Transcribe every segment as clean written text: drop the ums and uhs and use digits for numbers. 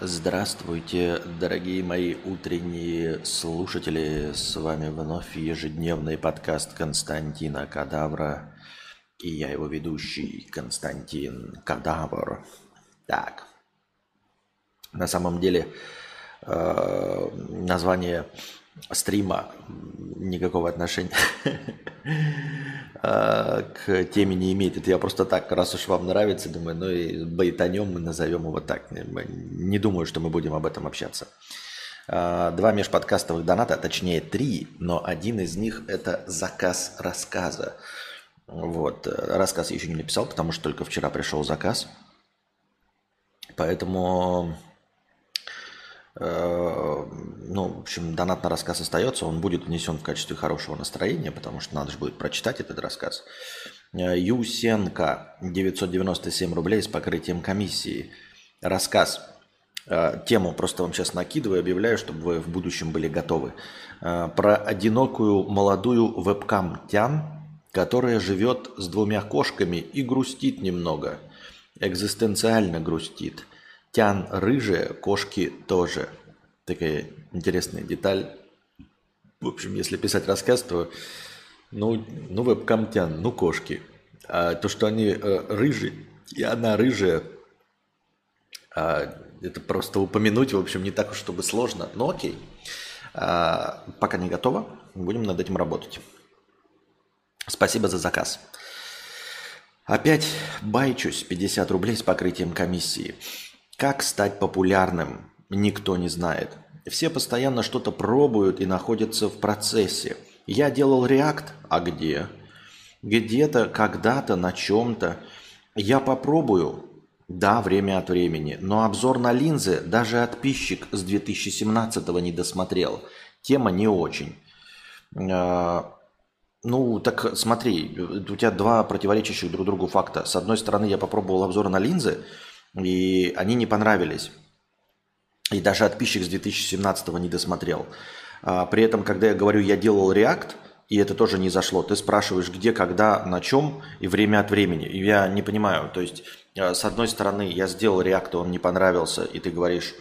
Здравствуйте, дорогие мои утренние слушатели. С вами вновь ежедневный подкаст Константина Кадавра. И я его ведущий, Константин Кадавр. Так, на самом деле название стрима никакого отношения к теме не имеет. Это я просто так, раз уж вам нравится, думаю, ну и байтанем мы назовем его так. Не думаю, что мы будем об этом общаться. Два межподкастовых доната, точнее 3, но один из них это заказ рассказа. Вот. Рассказ я еще не написал, потому что только вчера пришел заказ. Поэтому, в общем, донат на рассказ остается. Он будет внесен в качестве хорошего настроения, потому что надо же будет прочитать этот рассказ. Юсенко, 997 рублей с покрытием комиссии. Рассказ. Тему просто вам сейчас накидываю, объявляю, чтобы вы в будущем были готовы. Про одинокую молодую вебкам-тян, которая живет с 2 кошками и грустит немного. Экзистенциально грустит. Тян рыжая, кошки тоже. Такая интересная деталь. В общем, если писать рассказ, то вебкам тян, кошки. А то, что они рыжие, и она рыжая, это просто упомянуть, в общем, не так уж, чтобы сложно. Но окей. Пока не готово, будем над этим работать. Спасибо за заказ. Опять байчусь, 50 рублей с покрытием комиссии. Как стать популярным, никто не знает. Все постоянно что-то пробуют и находятся в процессе. Я делал React, а где? Где-то, когда-то, на чем-то. Я попробую, да, время от времени, но обзор на линзы даже подписчик с 2017-го не досмотрел. Тема не очень. Так смотри, у тебя два противоречащих друг другу факта. С одной стороны, я попробовал обзоры на линзы, и они не понравились. И даже подписчик с 2017-го не досмотрел. При этом, когда я говорю, я делал React, и это тоже не зашло, ты спрашиваешь, где, когда, на чем и время от времени. И я не понимаю, то есть, с одной стороны, я сделал React, он не понравился, и ты говоришь,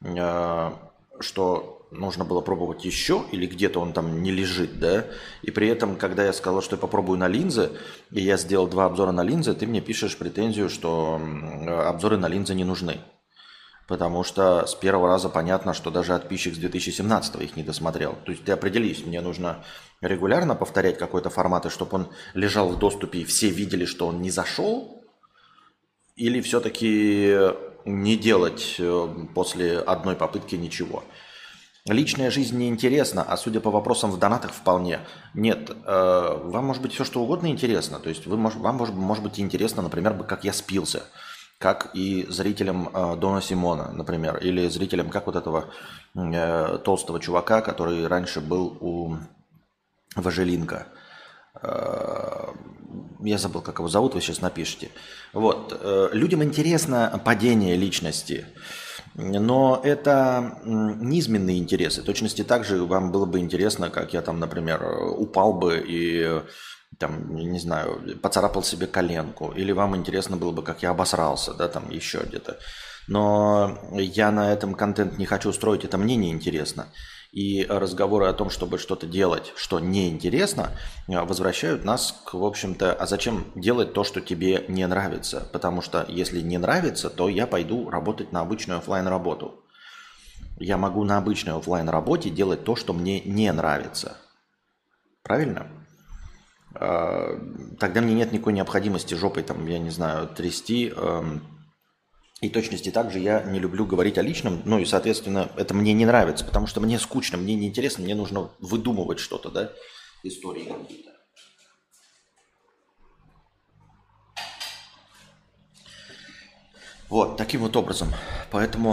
что нужно было пробовать еще, или где-то он там не лежит, да? И при этом, когда я сказал, что я попробую на линзы, и я сделал 2 обзора на линзы, ты мне пишешь претензию, что обзоры на линзы не нужны. Потому что с первого раза понятно, что даже подписчик с 2017-го их не досмотрел. То есть ты определись, мне нужно регулярно повторять какой-то формат, и чтобы он лежал в доступе, и все видели, что он не зашел, или все-таки не делать после одной попытки ничего. Личная жизнь не интересна, а судя по вопросам в донатах вполне. Нет, вам может быть все что угодно интересно. То есть вам может быть интересно, например, как я спился. Как и зрителям Дона Симона, например. Или зрителям как вот этого толстого чувака, который раньше был у Важелинка. Я забыл, как его зовут, вы сейчас напишите. Вот. Людям интересно падение личности. Но это низменные интересы. В точности так же вам было бы интересно, как я там, например, упал бы и, там, не знаю, поцарапал себе коленку. Или вам интересно было бы, как я обосрался, да, там еще где-то. Но я на этом контент не хочу строить, это мне не интересно. И разговоры о том, чтобы что-то делать, что неинтересно, возвращают нас к, в общем-то, а зачем делать то, что тебе не нравится? Потому что если не нравится, то я пойду работать на обычную офлайн работу. Я могу на обычной офлайн работе делать то, что мне не нравится. Правильно? Тогда мне нет никакой необходимости жопой, там, я не знаю, трясти. И точности также я не люблю говорить о личном, и, соответственно, это мне не нравится, потому что мне скучно, мне неинтересно, мне нужно выдумывать что-то, да, истории какие-то. Вот, таким вот образом. Поэтому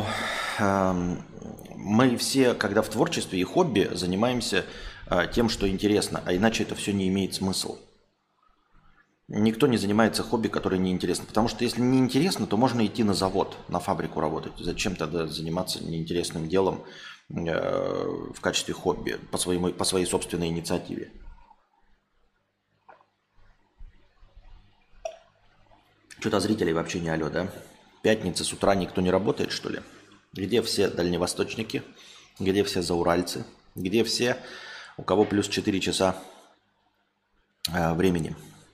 мы все, когда в творчестве и хобби, занимаемся тем, что интересно, а иначе это все не имеет смысла. Никто не занимается хобби, которое неинтересно. Потому что если неинтересно, то можно идти на завод, на фабрику работать. Зачем тогда заниматься неинтересным делом в качестве хобби по своей собственной инициативе? Что-то зрителей вообще не алё, да? Пятница с утра никто не работает, что ли? Где все дальневосточники? Где все зауральцы? Где все, у кого плюс 4 часа времени?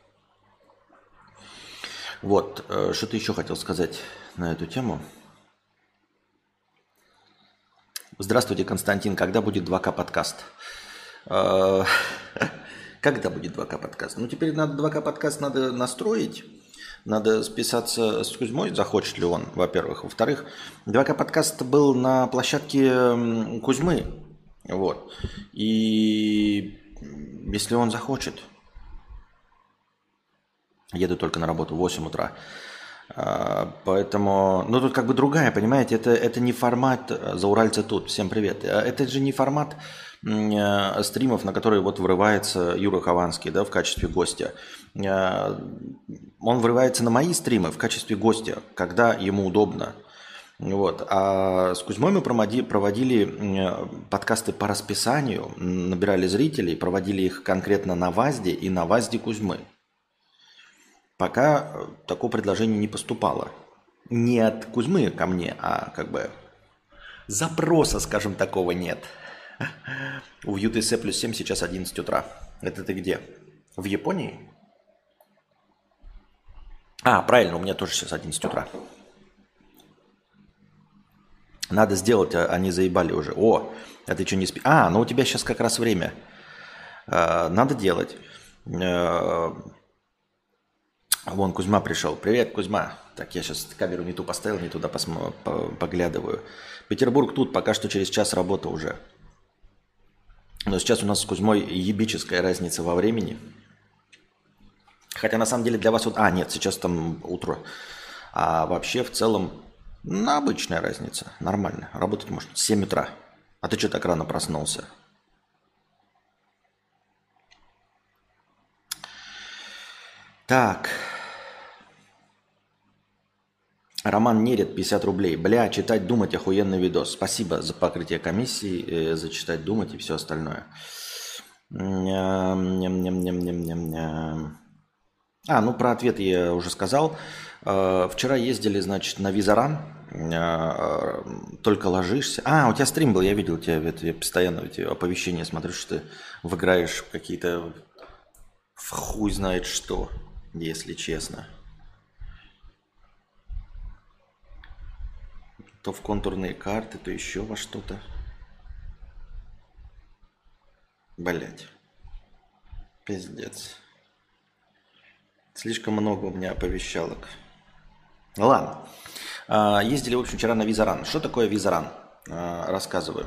Вот, что ты еще хотел сказать на эту тему? Здравствуйте, Константин. Когда будет 2К подкаст? Когда будет 2К подкаст? Ну, теперь надо 2К подкаст надо настроить. Надо списаться с Кузьмой, захочет ли он, во-первых. Во-вторых, 2К подкаст был на площадке Кузьмы. Вот. И если он захочет, еду только на работу в 8 утра. Поэтому, ну тут как бы другая, понимаете, это не формат «Зауральцы тут», всем привет. Это же не формат стримов, на которые вот врывается Юра Хованский, да, в качестве гостя. Он врывается на мои стримы в качестве гостя, когда ему удобно. Вот. А с Кузьмой мы проводили подкасты по расписанию, набирали зрителей, проводили их конкретно на ВАЗде и на ВАЗде Кузьмы. Пока такого предложения не поступало. Не от Кузьмы ко мне, а как бы запроса, скажем, такого нет. У UTC плюс 7 сейчас 11 утра. Это ты где? В Японии? Правильно, у меня тоже сейчас 11 утра. Надо сделать, они заебали уже. А ты что не спишь? Ну у тебя сейчас как раз время. Надо делать. Вон Кузьма пришел. Привет, Кузьма. Так, я сейчас камеру не ту поставил, не туда поглядываю. Петербург тут, пока что через час работа уже. Но сейчас у нас с Кузьмой ебическая разница во времени. Хотя на самом деле для вас... нет, сейчас там утро. А вообще в целом обычная разница. Нормально. Работать можно. 7 утра. А ты что так рано проснулся? Так. Роман Неред, 50 рублей. Бля, читать, думать, охуенный видос. Спасибо за покрытие комиссии, за читать, думать и все остальное. Про ответ я уже сказал. Вчера ездили, значит, на Визаран. Только ложишься. У тебя стрим был, я видел тебя. Я постоянно эти оповещения смотрю, что ты выиграешь какие-то... хуй знает что, если честно. То в контурные карты, то еще во что-то. Блять. Пиздец. Слишком много у меня оповещалок. Ладно. Ездили, в общем, вчера на Визаран. Что такое Визаран? Рассказываю.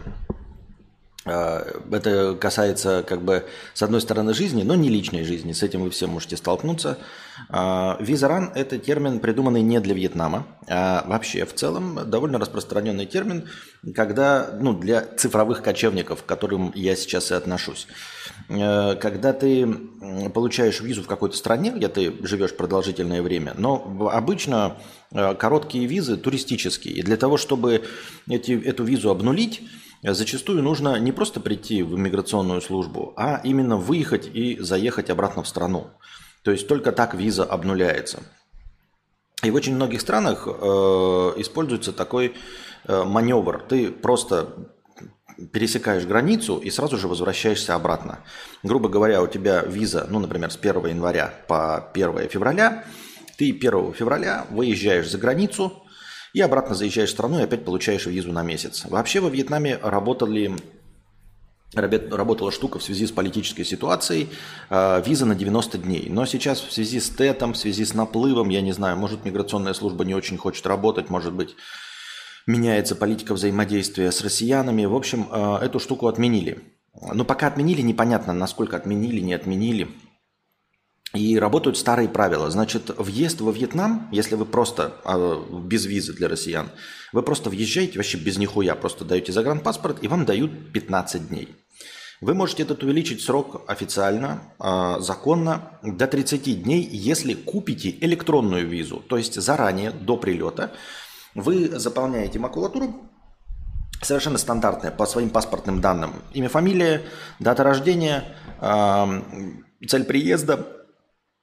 Это касается, как бы, с одной стороны, жизни, но не личной жизни. С этим вы все можете столкнуться. Визаран – это термин, придуманный не для Вьетнама, а вообще в целом довольно распространенный термин, когда, для цифровых кочевников, к которым я сейчас и отношусь. Когда ты получаешь визу в какой-то стране, где ты живешь продолжительное время, но обычно короткие визы туристические. И для того, чтобы эту визу обнулить, зачастую нужно не просто прийти в иммиграционную службу, а именно выехать и заехать обратно в страну. То есть только так виза обнуляется. И в очень многих странах используется такой маневр. Ты просто пересекаешь границу и сразу же возвращаешься обратно. Грубо говоря, у тебя виза, например, с 1 января по 1 февраля. Ты 1 февраля выезжаешь за границу, и обратно заезжаешь в страну и опять получаешь визу на месяц. Вообще во Вьетнаме работала штука в связи с политической ситуацией, виза на 90 дней. Но сейчас в связи с ТЭТом, в связи с наплывом, я не знаю, может миграционная служба не очень хочет работать, может быть меняется политика взаимодействия с россиянами. В общем, эту штуку отменили. Но пока отменили, непонятно, насколько отменили, не отменили. И работают старые правила. Значит, въезд во Вьетнам, если вы просто без визы для россиян, вы просто въезжаете вообще без нихуя, просто даете загранпаспорт, и вам дают 15 дней. Вы можете этот увеличить срок официально, законно, до 30 дней, если купите электронную визу. То есть заранее, до прилета, вы заполняете макулатуру, совершенно стандартная, по своим паспортным данным. Имя, фамилия, дата рождения, цель приезда,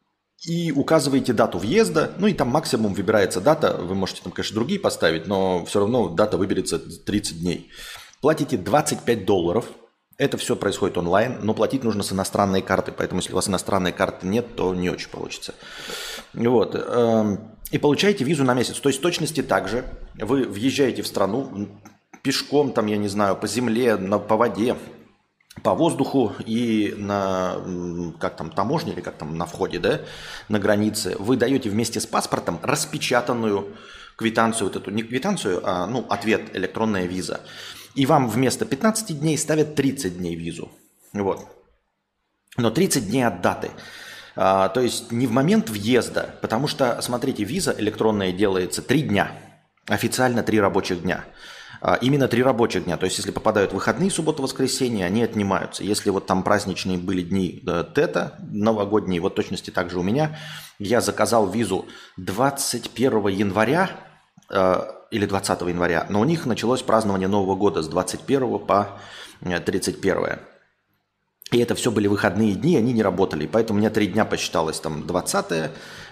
и указываете дату въезда, ну и там максимум выбирается дата, вы можете там, конечно, другие поставить, но все равно дата выберется 30 дней. Платите $25, это все происходит онлайн, но платить нужно с иностранной карты, поэтому если у вас иностранной карты нет, то не очень получится. Вот. И получаете визу на месяц. То есть в точности так же вы въезжаете в страну пешком, там, я не знаю, по земле, по воде, по воздуху и на, как там, таможне или как там на входе, да, на границе. Вы даете вместе с паспортом распечатанную квитанцию, вот эту, не квитанцию, а, ну, ответ, электронная виза. И вам вместо 15 дней ставят 30 дней визу. Вот. Но 30 дней от даты. То есть не в момент въезда, потому что, смотрите, виза электронная делается 3 дня. Официально 3 рабочих дня. Именно 3 рабочих дня. То есть если попадают выходные, суббота, воскресенье, они отнимаются. Если вот там праздничные были дни тета, новогодние, вот точности так же у меня, я заказал визу 21 января, или 20 января, но у них началось празднование Нового года с 21 по 31. И это все были выходные дни, они не работали. Поэтому у меня 3 дня посчиталось, там 20 и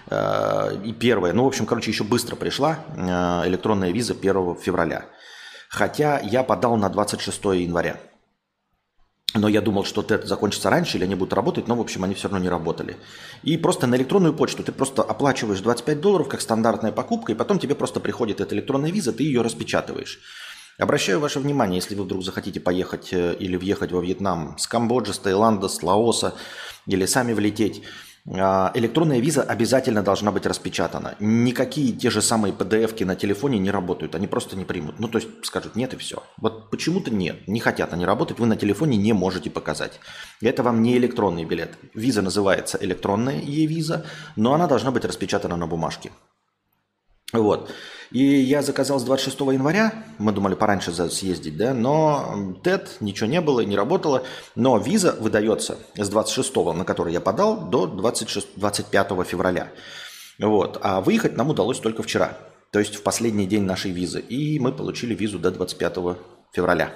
1. Ну, в общем, короче, еще быстро пришла электронная виза 1 февраля. Хотя я подал на 26 января. Но я думал, что это закончится раньше, или они будут работать, но, в общем, они все равно не работали. И просто на электронную почту ты просто оплачиваешь $25, как стандартная покупка, и потом тебе просто приходит эта электронная виза, ты ее распечатываешь. Обращаю ваше внимание, если вы вдруг захотите поехать или въехать во Вьетнам с Камбоджи, с Таиланда, с Лаоса, или сами влететь, электронная виза обязательно должна быть распечатана. Никакие те же самые PDF-ки на телефоне не работают, они просто не примут. Ну, то есть скажут нет и все. Вот почему-то нет, не хотят они работать, вы на телефоне не можете показать. Это вам не электронный билет. Виза называется электронная e-виза, но она должна быть распечатана на бумажке. Вот. И я заказал с 26 января, мы думали пораньше съездить, да, но ТЭТ, ничего не было, не работало, но виза выдается с 26, на который я подал, до 25 февраля. Вот. А выехать нам удалось только вчера, то есть в последний день нашей визы, и мы получили визу до 25 февраля.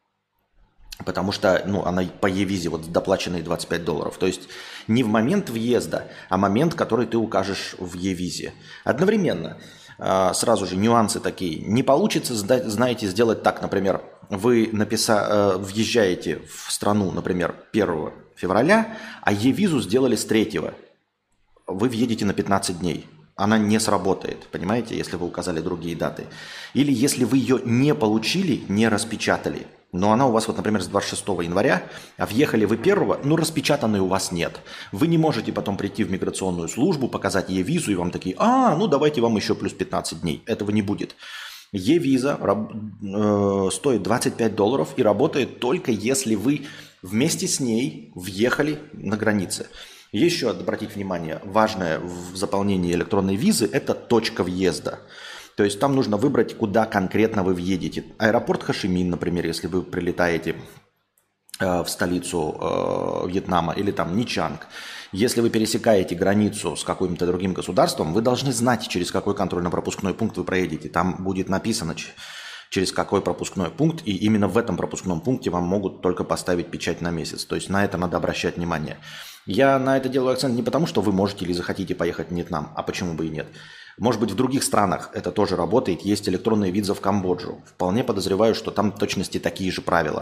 Потому что, ну, она по e-визе, вот доплаченные $25. То есть не в момент въезда, а момент, который ты укажешь в e-визе. Одновременно, сразу же нюансы такие. Не получится, знаете, сделать так, например, вы въезжаете в страну, например, 1 февраля, а e-визу сделали с 3. Вы въедете на 15 дней. Она не сработает, понимаете, если вы указали другие даты. Или если вы ее не получили, не распечатали, но она у вас, вот, например, с 26 января, а въехали вы 1, ну, распечатанной у вас нет. Вы не можете потом прийти в миграционную службу, показать ей визу, и вам такие, ну, давайте вам еще плюс 15 дней. Этого не будет. Е-виза стоит $25 и работает только если вы вместе с ней въехали на границе. Еще обратить внимание, важное в заполнении электронной визы – это точка въезда. То есть там нужно выбрать, куда конкретно вы въедете. Аэропорт Хошимин, например, если вы прилетаете в столицу Вьетнама, или там Ничанг. Если вы пересекаете границу с каким-то другим государством, вы должны знать, через какой контрольно-пропускной пункт вы проедете. Там будет написано, через какой пропускной пункт, и именно в этом пропускном пункте вам могут только поставить печать на месяц. То есть на это надо обращать внимание. Я на это делаю акцент не потому, что вы можете или захотите поехать в Вьетнам, а почему бы и нет. Может быть, в других странах это тоже работает. Есть электронная виза в Камбоджу. Вполне подозреваю, что там в точности такие же правила.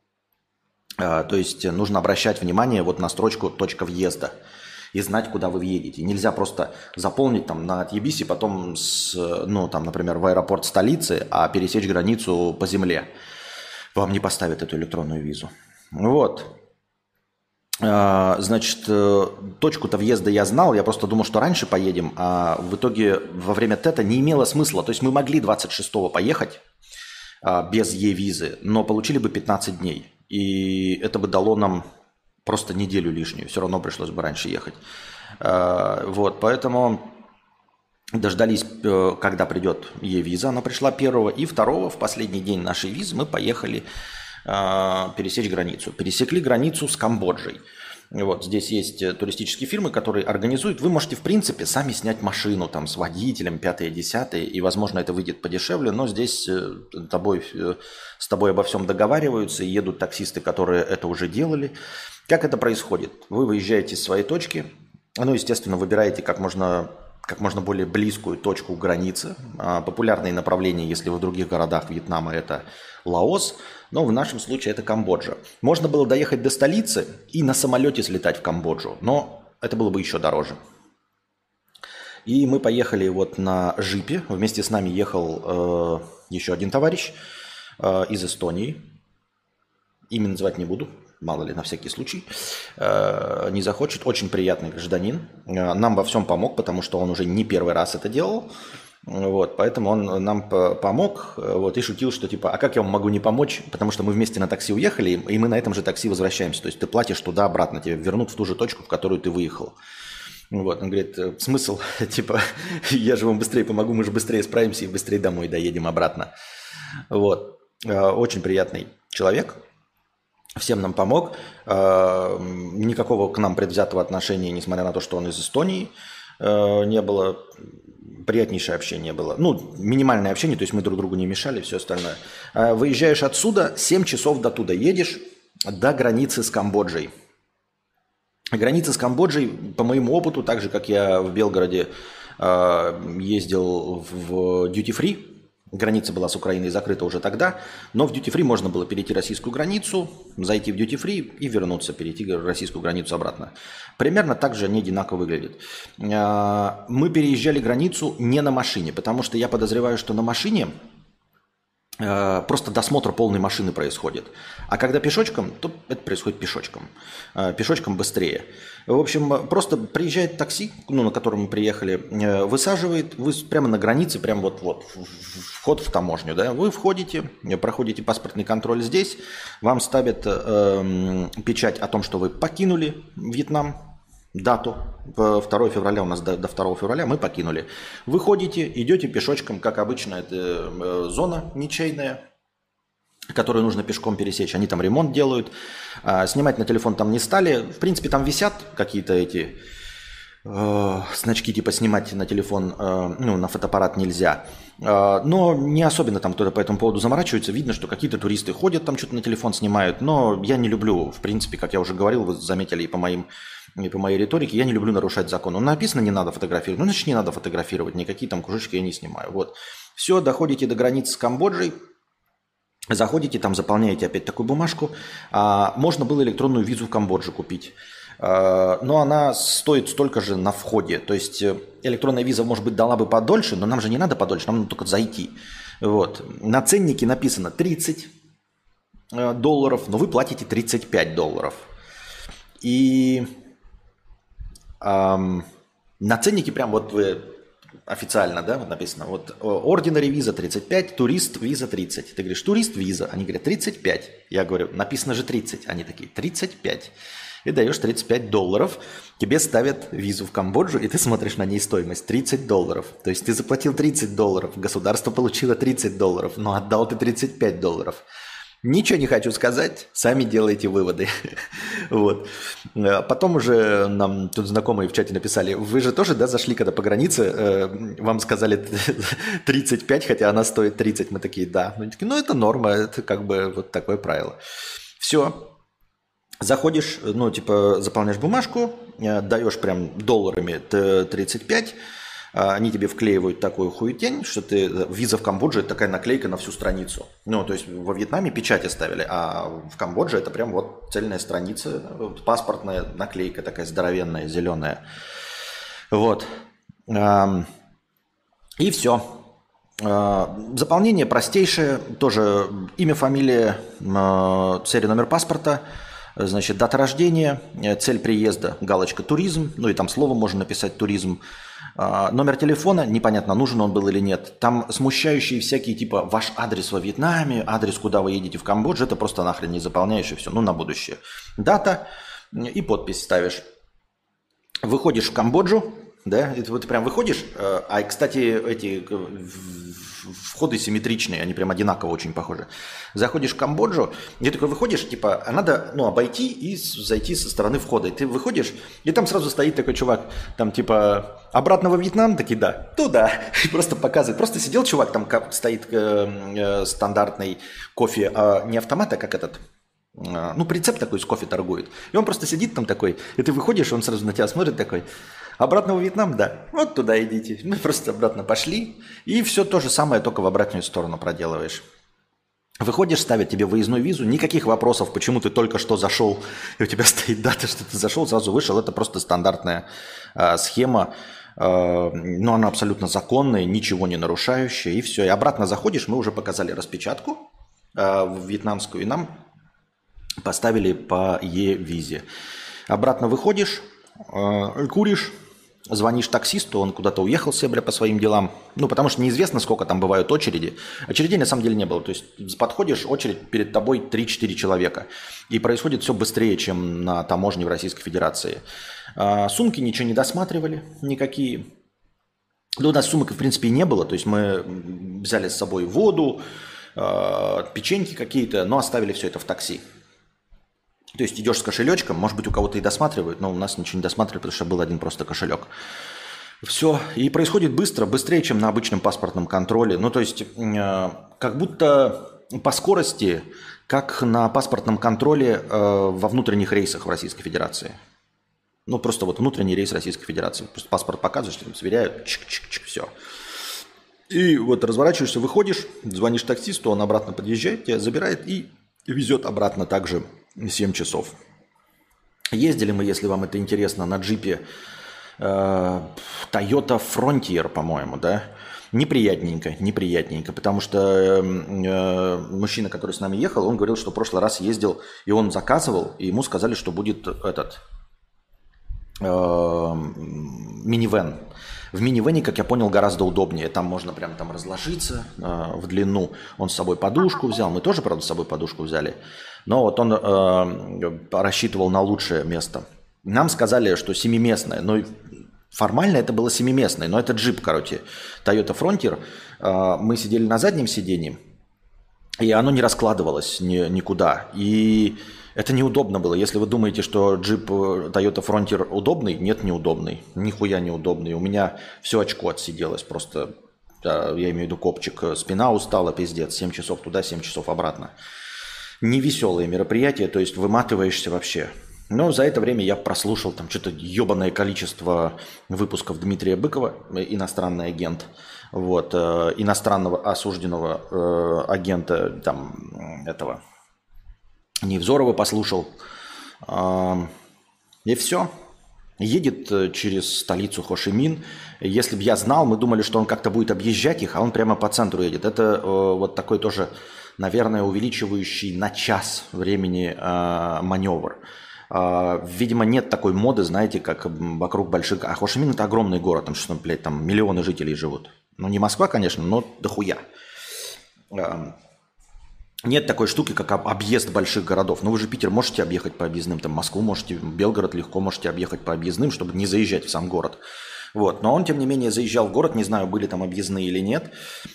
То есть нужно обращать внимание вот на строчку «Точка въезда» и знать, куда вы въедете. Нельзя просто заполнить там на отъебись и потом, например, в аэропорт столицы, а пересечь границу по земле. Вам не поставят эту электронную визу. Вот. Значит, точку-то въезда я знал, я просто думал, что раньше поедем, а в итоге во время ТЭТа не имело смысла. То есть мы могли 26-го поехать без Е-визы, но получили бы 15 дней. И это бы дало нам просто неделю лишнюю. Все равно пришлось бы раньше ехать. Вот, поэтому дождались, когда придет Е-виза. Она пришла 1 и 2 в последний день нашей визы мы поехали пересечь границу. Пересекли границу с Камбоджей. Вот, здесь есть туристические фирмы, которые организуют. Вы можете, в принципе, сами снять машину там, с водителем, 5-10, и, возможно, это выйдет подешевле, но здесь с тобой обо всем договариваются, и едут таксисты, которые это уже делали. Как это происходит? Вы выезжаете с своей точки, Ну, естественно, выбираете как можно более близкую точку границы. Популярные направления, если вы в других городах Вьетнама, это Лаос, но в нашем случае это Камбоджа. Можно было доехать до столицы и на самолете слетать в Камбоджу, но это было бы еще дороже. И мы поехали вот на джипе. Вместе с нами ехал еще один товарищ из Эстонии. Имя называть не буду, мало ли, на всякий случай. Не захочет. Очень приятный гражданин. Нам во всем помог, потому что он уже не первый раз это делал. Вот, поэтому он нам помог вот, и шутил, что типа, а как я вам могу не помочь, потому что мы вместе на такси уехали, и мы на этом же такси возвращаемся. То есть ты платишь туда-обратно, тебе вернут в ту же точку, в которую ты выехал. Вот, он говорит, смысл, типа, я же вам быстрее помогу, мы же быстрее справимся и быстрее домой доедем обратно. Вот, очень приятный человек, всем нам помог, никакого к нам предвзятого отношения, несмотря на то, что он из Эстонии, не было, приятнейшее общение было. Ну, минимальное общение, то есть мы друг другу не мешали, все остальное. Выезжаешь отсюда, 7 часов до туда едешь, до границы с Камбоджей. Граница с Камбоджей, по моему опыту, так же, как я в Белгороде ездил в дьюти-фри, граница была с Украиной закрыта уже тогда, но в дьюти-фри можно было перейти российскую границу, зайти в дьюти-фри и вернуться, перейти российскую границу обратно. Примерно так же они одинаково выглядят. Мы переезжали границу не на машине, потому что я подозреваю, что на машине просто досмотр полной машины происходит. А когда пешочком, то это происходит пешочком. Пешочком быстрее. В общем, просто приезжает такси, ну, на котором мы приехали, высаживает, вы прямо на границе, прямо вот вход в таможню, да, вы входите, проходите паспортный контроль здесь, вам ставят печать о том, что вы покинули Вьетнам, дату, 2 февраля, у нас до 2 февраля мы покинули. Выходите, идете пешочком, как обычно, это зона ничейная, которую нужно пешком пересечь. Они там ремонт делают. Снимать на телефон там не стали. В принципе, там висят какие-то эти значки, типа снимать на телефон, ну, на фотоаппарат нельзя. Но не особенно там кто-то по этому поводу заморачивается. Видно, что какие-то туристы ходят, там что-то на телефон снимают. Но я не люблю, в принципе, как я уже говорил, вы заметили и по моей риторике, я не люблю нарушать закон. Ну, написано, не надо фотографировать. Ну, значит, не надо фотографировать. Никакие там кружочки я не снимаю. Вот. Все, доходите до границы с Камбоджей. Заходите, там заполняете опять такую бумажку. Можно было электронную визу в Камбоджу купить. Но она стоит столько же на входе. То есть электронная виза, может быть, дала бы подольше, но нам же не надо подольше, нам надо только зайти. Вот. На ценнике написано $30, но вы платите $35. И на ценнике прям вот вы официально, да, вот написано, вот ordinary виза 35, турист виза 30. Ты говоришь, турист виза, они говорят 35. Я говорю, написано же 30. Они такие, 35. И даешь $35, тебе ставят визу в Камбоджу, и ты смотришь на ней стоимость $30. То есть ты заплатил $30, государство получило $30, но отдал ты $35. Ничего не хочу сказать, сами делайте выводы. Вот. Потом уже нам тут знакомые в чате написали, вы же тоже, да, зашли, когда по границе, вам сказали 35, хотя она стоит 30. Мы такие, да. Мы такие, ну это норма, это как бы вот такое правило. Все. Заходишь, ну, типа, заполняешь бумажку, даешь прям долларами 35, они тебе вклеивают такую хуетень, что ты виза в Камбодже – это такая наклейка на всю страницу. Ну, то есть во Вьетнаме печать оставили, а в Камбодже это прям вот цельная страница, паспортная наклейка такая здоровенная, зеленая. Вот. И все. Заполнение простейшее, тоже имя, фамилия, серия, номер паспорта, значит, дата рождения, цель приезда, галочка «туризм», ну и там слово можно написать «туризм», номер телефона, непонятно, нужен он был или нет. Там смущающие всякие, типа, ваш адрес во Вьетнаме, адрес, куда вы едете в Камбодже, это просто нахрен не заполняешь и все, ну на будущее. Дата и подпись ставишь. Выходишь в Камбоджу, да, это вот ты прям выходишь, а, кстати, эти входы симметричные, они прям одинаково очень похожи. Заходишь в Камбоджу, и такой выходишь, типа, а надо, ну, обойти и зайти со стороны входа. И ты выходишь, и там сразу стоит такой чувак, там, типа, обратно во Вьетнам? Такие, да, туда. И просто показывает. Просто сидел чувак, там стоит стандартный кофе, не автомат, а как этот, Ну, прицеп такой с кофе торгует. И он просто сидит там такой, и ты выходишь, он сразу на тебя смотрит такой, обратно в Вьетнам, да, вот туда идите. Мы просто обратно пошли, и все то же самое, только в обратную сторону проделываешь. Выходишь, ставят тебе выездную визу, никаких вопросов, почему ты только что зашел, и у тебя стоит дата, что ты зашел, сразу вышел. Это просто стандартная схема, но она абсолютно законная, ничего не нарушающая, и все. И обратно заходишь, мы уже показали распечатку вьетнамскую, и нам поставили по Е-визе. Обратно выходишь, куришь, звонишь таксисту, он куда-то уехал себе по своим делам. Ну, потому что неизвестно, сколько там бывают очереди. Очередей на самом деле не было. То есть подходишь, очередь перед тобой 3-4 человека. И происходит все быстрее, чем на таможне в Российской Федерации. Сумки ничего не досматривали, никакие. Да у нас сумок, в принципе, и не было. То есть мы взяли с собой воду, печеньки какие-то, но оставили все это в такси. То есть идешь с кошелечком, может быть, у кого-то и досматривают, но у нас ничего не досматривают, потому что был один просто кошелек. Все. И происходит быстро, быстрее, чем на обычном паспортном контроле. Ну, то есть, как будто по скорости, как на паспортном контроле во внутренних рейсах в Российской Федерации. Ну, просто вот внутренний рейс Российской Федерации. Просто паспорт показываешь, там сверяют, чик-чик-чик, все. И вот разворачиваешься, выходишь, звонишь таксисту, он обратно подъезжает, тебя забирает и везет обратно также 7 часов. Ездили мы, если вам это интересно, на джипе Toyota Frontier, по-моему, да? Неприятненько, потому что мужчина, который с нами ехал, он говорил, что в прошлый раз ездил, и он заказывал, и ему сказали, что будет этот минивэн. В минивэне, как я понял, гораздо удобнее. Там можно прям там разложиться в длину. Он с собой подушку взял. Мы тоже, правда, с собой подушку взяли. Но вот он рассчитывал на лучшее место. Нам сказали, что 7-местное. Но формально это было 7-местное. Но это джип, короче, Toyota Frontier. Мы сидели на заднем сиденье. И оно не раскладывалось никуда. И это неудобно было. Если вы думаете, что джип Toyota Frontier удобный, нет, неудобный. Нихуя неудобный. У меня все очко отсиделось. Просто, я имею в виду копчик. Спина устала, пиздец. 7 часов туда, 7 часов обратно. Невеселые мероприятия, то есть выматываешься вообще. Но за это время я прослушал там что-то ебаное количество выпусков Дмитрия Быкова, иностранный агент. Вот, иностранного осужденного агента там этого Невзорова послушал. И все. Едет через столицу Хошимин. Если бы я знал, мы думали, что он как-то будет объезжать их, а он прямо по центру едет. Это вот такой тоже, наверное, увеличивающий на час времени маневр. Видимо, нет такой моды, знаете, как вокруг больших... А Хошимин – это огромный город, там, что, блядь, там миллионы жителей живут. Ну, не Москва, конечно, но дохуя. Нет такой штуки, как объезд больших городов. Ну, вы же Питер можете объехать по объездным, там Москву можете, Белгород легко можете объехать по объездным, чтобы не заезжать в сам город. Вот. Но он, тем не менее, заезжал в город, не знаю, были там объездные или нет.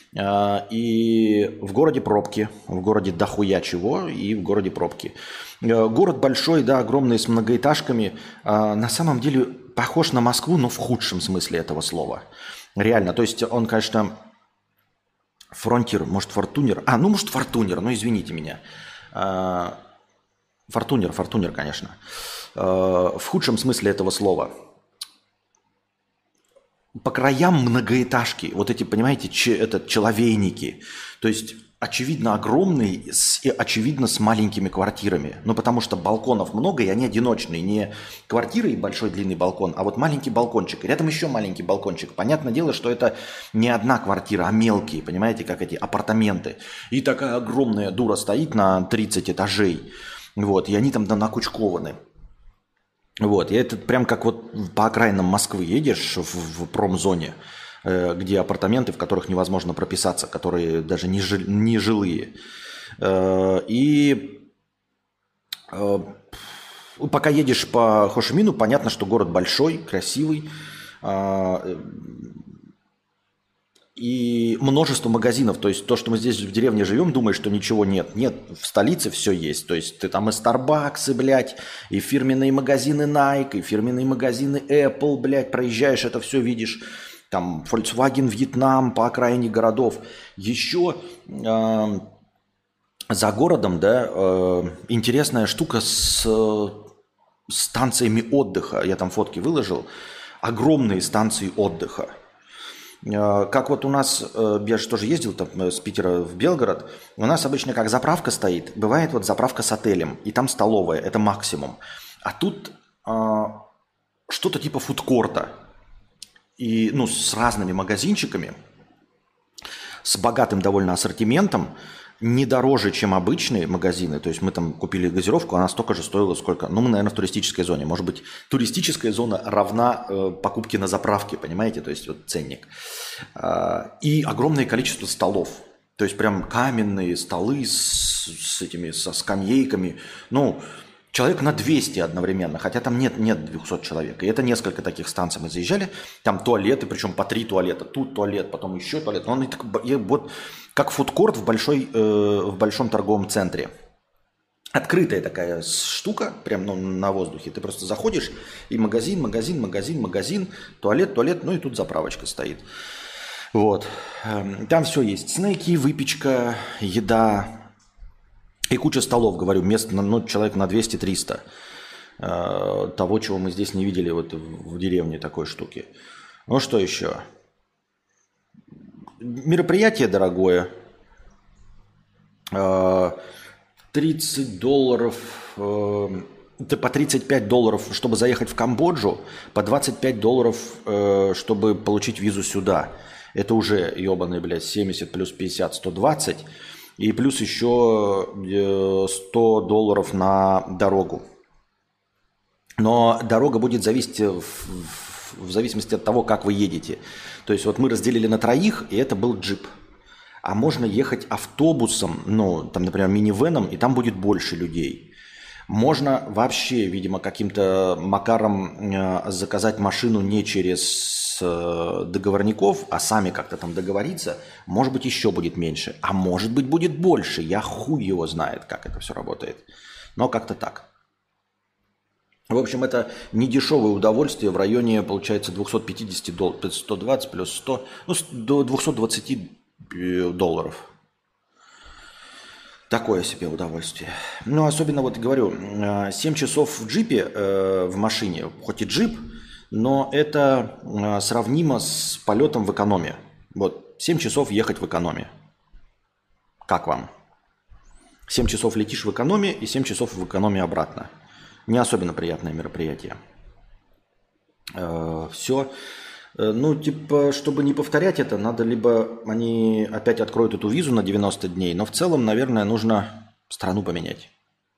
И в городе пробки, в городе дохуя чего, и в городе пробки. Город большой, да, огромный, с многоэтажками. На самом деле похож на Москву, но в худшем смысле этого слова. Реально, то есть он, конечно... Фронтир, может, Фортунер. Может, Фортунер, ну, извините меня. Фортунер, конечно. В худшем смысле этого слова. По краям многоэтажки, вот эти, понимаете, человейники. То есть, очевидно, огромный, очевидно, с маленькими квартирами. Ну, потому что балконов много, и они одиночные. Не квартиры и большой длинный балкон, а вот маленький балкончик. Рядом еще маленький балкончик. Понятное дело, что это не одна квартира, а мелкие, понимаете, как эти апартаменты. И такая огромная дура стоит на 30 этажей. Вот, и они там накучкованы. Вот, и это прям как вот по окраинам Москвы едешь в промзоне, где апартаменты, в которых невозможно прописаться, которые даже не жилые. И пока едешь по Хошимину, понятно, что город большой, красивый. И множество магазинов. То есть то, что мы здесь в деревне живем, думаешь, что ничего нет. Нет, в столице все есть. То есть ты там и Starbucks, блядь, и фирменные магазины Nike, и фирменные магазины Apple, блядь, проезжаешь, это все видишь. Там Volkswagen Вьетнам по окраине городов. Еще за городом, да, интересная штука с станциями отдыха. Я там фотки выложил. Огромные станции отдыха. Как вот у нас, я же тоже ездил там, с Питера в Белгород, у нас обычно как заправка стоит, бывает вот заправка с отелем, и там столовая, это максимум. А тут что-то типа фудкорта, и, ну, с разными магазинчиками, с богатым довольно ассортиментом, не дороже, чем обычные магазины. То есть мы там купили газировку, она столько же стоила, сколько... Ну, мы, наверное, в туристической зоне. Может быть, туристическая зона равна покупке на заправке, понимаете? То есть вот ценник. И огромное количество столов. То есть прям каменные столы с этими, со скамейками. Ну, человек на 200 одновременно, хотя там нет 200 человек. И это несколько таких станций мы заезжали. Там туалеты, причем по 3 туалета. Тут туалет, потом еще туалет. Но он вот как фудкорт в большом торговом центре. Открытая такая штука, прям на воздухе. Ты просто заходишь, и магазин, туалет, ну и тут заправочка стоит. Вот. Там все есть. Снеки, выпечка, еда. И куча столов, говорю, мест человек на 200-300. Того, чего мы здесь не видели вот в деревне такой штуки. Ну что еще? Мероприятие дорогое. $30. Это по $35, чтобы заехать в Камбоджу, по $25, чтобы получить визу сюда. Это уже ебаные, блядь, 70 плюс 50, 120. И плюс еще $100 на дорогу. Но дорога будет зависеть в зависимости от того, как вы едете. То есть вот мы разделили на троих, и это был джип. А можно ехать автобусом, ну, там, например, минивеном, и там будет больше людей. Можно вообще, видимо, каким-то макаром заказать машину не через договорников, а сами как-то там договориться. Может быть, еще будет меньше. А может быть, будет больше. Я хуй его знает, как это все работает. Но как-то так. В общем, это недешевое удовольствие в районе, получается, $250, 120 плюс 100, ну, до $220. Такое себе удовольствие. Ну, особенно, вот говорю, 7 часов в джипе, в машине, хоть и джип, но это сравнимо с полетом в экономе. Вот, 7 часов ехать в экономе. Как вам? 7 часов летишь в экономе и 7 часов в экономе обратно. Не особенно приятное мероприятие. Все. Ну, типа, чтобы не повторять это, надо либо они опять откроют эту визу на 90 дней, но в целом, наверное, нужно страну поменять.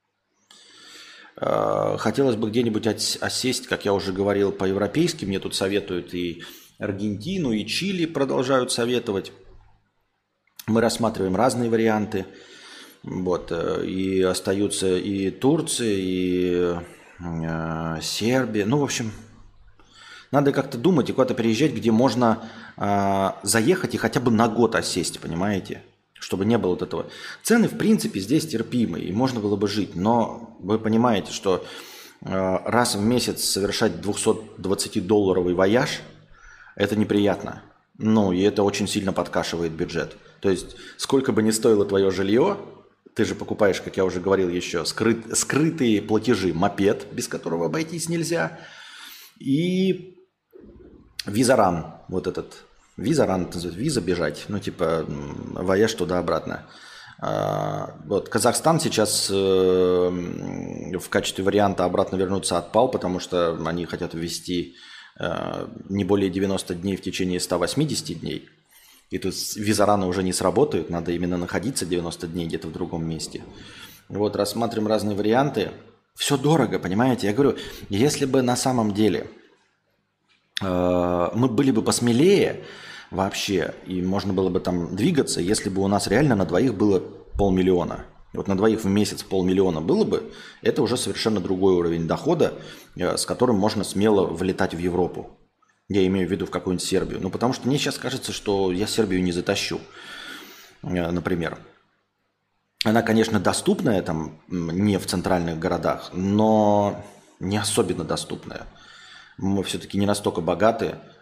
Хотелось бы где-нибудь осесть, как я уже говорил, по-европейски. Мне тут советуют и Аргентину, и Чили продолжают советовать. Мы рассматриваем разные варианты. Вот, и остаются и Турция, и Сербия. Ну, в общем, надо как-то думать и куда-то переезжать, где можно заехать и хотя бы на год осесть, понимаете? Чтобы не было вот этого. Цены, в принципе, здесь терпимые, и можно было бы жить. Но вы понимаете, что раз в месяц совершать $220 вояж, это неприятно. Ну, и это очень сильно подкашивает бюджет. То есть, сколько бы ни стоило твое жилье, ты же покупаешь, как я уже говорил еще, скрытые платежи, мопед, без которого обойтись нельзя, и визаран, вот этот, визаран, виза бежать, ну типа вояж туда-обратно. Вот Казахстан сейчас в качестве варианта обратно вернуться отпал, потому что они хотят ввести не более 90 дней в течение 180 дней. И тут визараны уже не сработают, надо именно находиться 90 дней где-то в другом месте. Вот, рассматриваем разные варианты. Все дорого, понимаете? Я говорю, если бы на самом деле мы были бы посмелее вообще, и можно было бы там двигаться, если бы у нас реально на двоих было 500 000. Вот на двоих в месяц 500 000 было бы, это уже совершенно другой уровень дохода, с которым можно смело влетать в Европу. Я имею в виду в какую-нибудь Сербию. Ну, потому что мне сейчас кажется, что я Сербию не затащу, например. Она, конечно, доступная, там, не в центральных городах, но не особенно доступная. Мы все-таки не настолько богаты,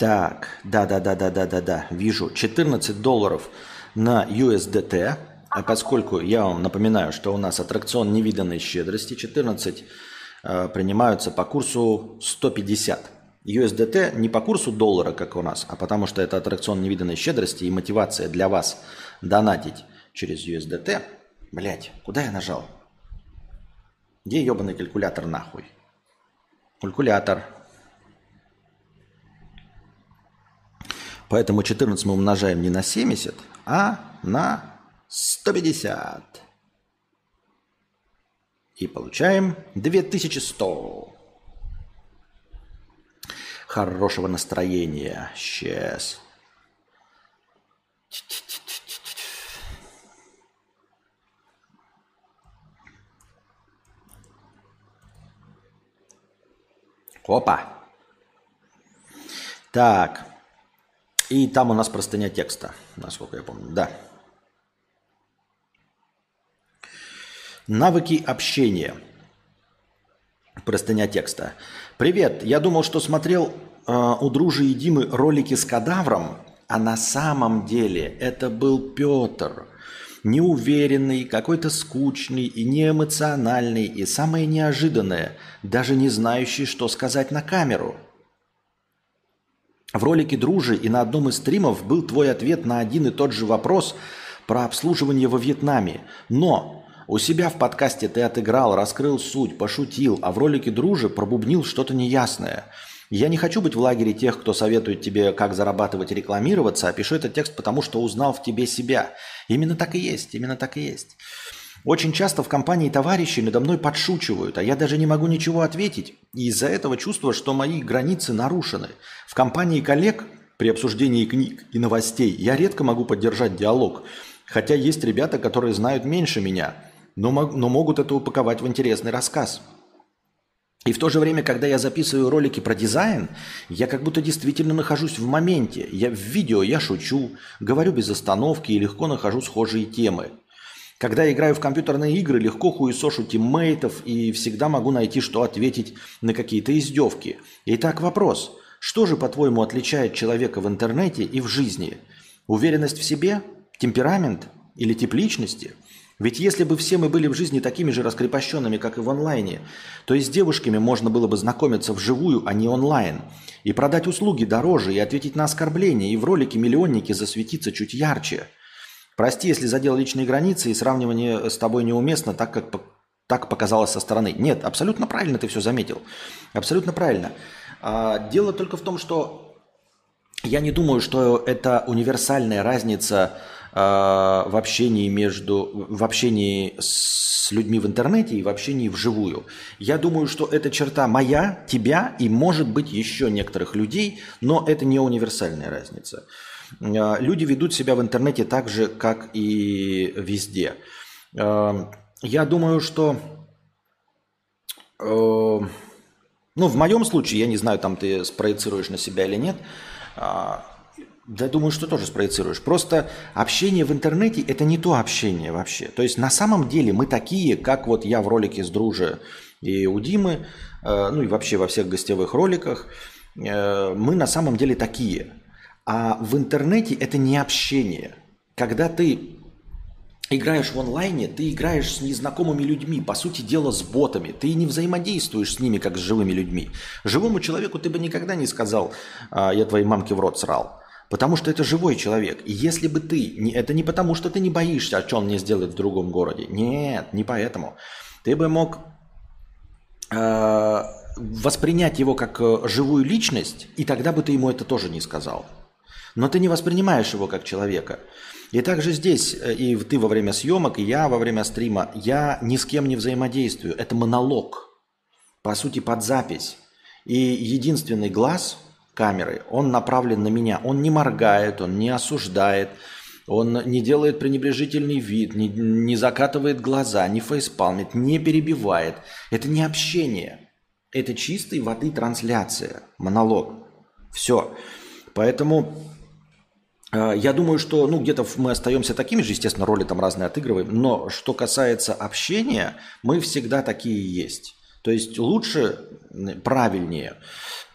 Так, да, вижу. $14 на USDT. А поскольку я вам напоминаю, что у нас аттракцион невиданной щедрости, 14 принимаются по курсу 150. USDT не по курсу доллара, как у нас, а потому что это аттракцион невиданной щедрости и мотивация для вас донатить через USDT. Блять, куда я нажал? Где ебаный калькулятор нахуй? Калькулятор. Поэтому 14 мы умножаем не на 70, а на 150. И получаем 2100. Хорошего настроения. Сейчас. Опа. Так. И там у нас простыня текста, насколько я помню. Да. Навыки общения. Простыня текста. Привет, я думал, что смотрел у Дружи и Димы ролики с кадавром, а на самом деле это был Петр. Неуверенный, какой-то скучный и неэмоциональный, и самое неожиданное, даже не знающий, что сказать на камеру. В ролике Дружи и на одном из стримов был твой ответ на один и тот же вопрос про обслуживание во Вьетнаме. Но у себя в подкасте ты отыграл, раскрыл суть, пошутил, а в ролике Дружи пробубнил что-то неясное. Я не хочу быть в лагере тех, кто советует тебе, как зарабатывать и рекламироваться, а пишу этот текст, потому что узнал в тебе себя. Именно так и есть, именно так и есть. Очень часто в компании товарищей надо мной подшучивают, а я даже не могу ничего ответить. И из-за этого чувство, что мои границы нарушены. В компании коллег при обсуждении книг и новостей я редко могу поддержать диалог. Хотя есть ребята, которые знают меньше меня, но могут это упаковать в интересный рассказ. И в то же время, когда я записываю ролики про дизайн, я как будто действительно нахожусь в моменте. В видео я шучу, говорю без остановки и легко нахожу схожие темы. Когда играю в компьютерные игры, легко хуесошу тиммейтов и всегда могу найти, что ответить на какие-то издевки. Итак, вопрос. Что же, по-твоему, отличает человека в интернете и в жизни? Уверенность в себе? Темперамент? Или тип личности? Ведь если бы все мы были в жизни такими же раскрепощенными, как и в онлайне, то и с девушками можно было бы знакомиться вживую, а не онлайн. И продать услуги дороже, и ответить на оскорбления, и в ролике миллионники засветиться чуть ярче. Прости, если задел личные границы, и сравнивание с тобой неуместно, так показалось со стороны. Нет, абсолютно правильно ты все заметил. Абсолютно правильно. Дело только в том, что я не думаю, что это универсальная разница в общении с людьми в интернете и в общении вживую. Я думаю, что это черта моя, тебя и, может быть, еще некоторых людей, но это не универсальная разница. Люди ведут себя в интернете так же, как и везде. Я думаю, что... в моем случае, я не знаю, там ты спроецируешь на себя или нет, да, думаю, что тоже спроецируешь. Просто общение в интернете – это не то общение вообще. То есть на самом деле мы такие, как вот я в ролике с Дружи и у Димы, и вообще во всех гостевых роликах, мы на самом деле такие. А в интернете это не общение. Когда ты играешь в онлайне, ты играешь с незнакомыми людьми, по сути дела с ботами. Ты не взаимодействуешь с ними, как с живыми людьми. Живому человеку ты бы никогда не сказал: «Я твоей мамке в рот срал». Потому что это живой человек. И если бы ты... Это не потому, что ты не боишься, а что он мне сделает в другом городе. Нет, не поэтому. Ты бы мог воспринять его как живую личность, и тогда бы ты ему это тоже не сказал. Но ты не воспринимаешь его как человека. И также здесь, и ты во время съемок, и я во время стрима, я ни с кем не взаимодействую. Это монолог. По сути, под запись. И единственный глаз камеры, он направлен на меня. Он не моргает, он не осуждает, он не делает пренебрежительный вид, не закатывает глаза, не фейспалмит, не перебивает. Это не общение. Это чистой воды трансляция, монолог. Все. Поэтому я думаю, что где-то мы остаемся такими же, естественно, роли там разные отыгрываем, но что касается общения, мы всегда такие есть. То есть лучше, правильнее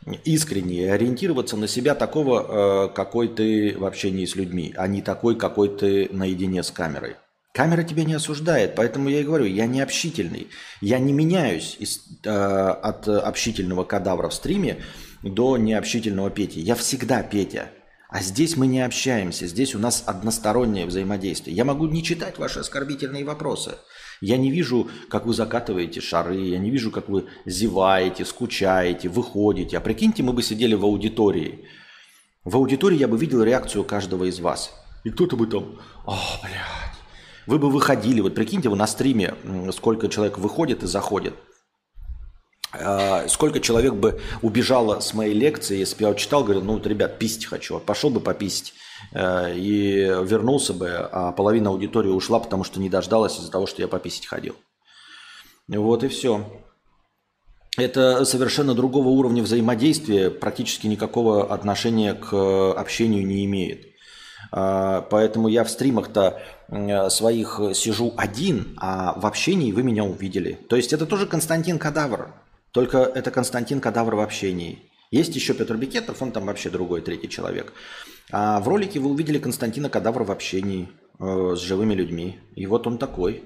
искренне и ориентироваться на себя такого, какой ты в общении с людьми, а не такой, какой ты наедине с камерой. Камера тебя не осуждает, поэтому я и говорю, я не общительный. Я не меняюсь от общительного кадавра в стриме до необщительного Пети. Я всегда Петя. А здесь мы не общаемся, здесь у нас одностороннее взаимодействие. Я могу не читать ваши оскорбительные вопросы. Я не вижу, как вы закатываете шары, я не вижу, как вы зеваете, скучаете, выходите. А прикиньте, мы бы сидели в аудитории. В аудитории я бы видел реакцию каждого из вас. И кто-то бы там, блядь. Вы бы выходили, вот прикиньте, вы на стриме, сколько человек выходит и заходит. Сколько человек бы убежало с моей лекции, если бы я читал, говорил, ну, вот, ребят, писать хочу. Вот пошел бы пописать и вернулся бы, а половина аудитории ушла, потому что не дождалась из-за того, что я пописать ходил. Вот и все. Это совершенно другого уровня взаимодействия, практически никакого отношения к общению не имеет. Поэтому я в стримах-то своих сижу один, а в общении вы меня увидели. То есть это тоже Константин Кадавр, только это Константин Кадавр в общении. Есть еще Петр Бекетов, он там вообще другой, третий человек. А в ролике вы увидели Константина Кадавра в общении с живыми людьми. И вот он такой.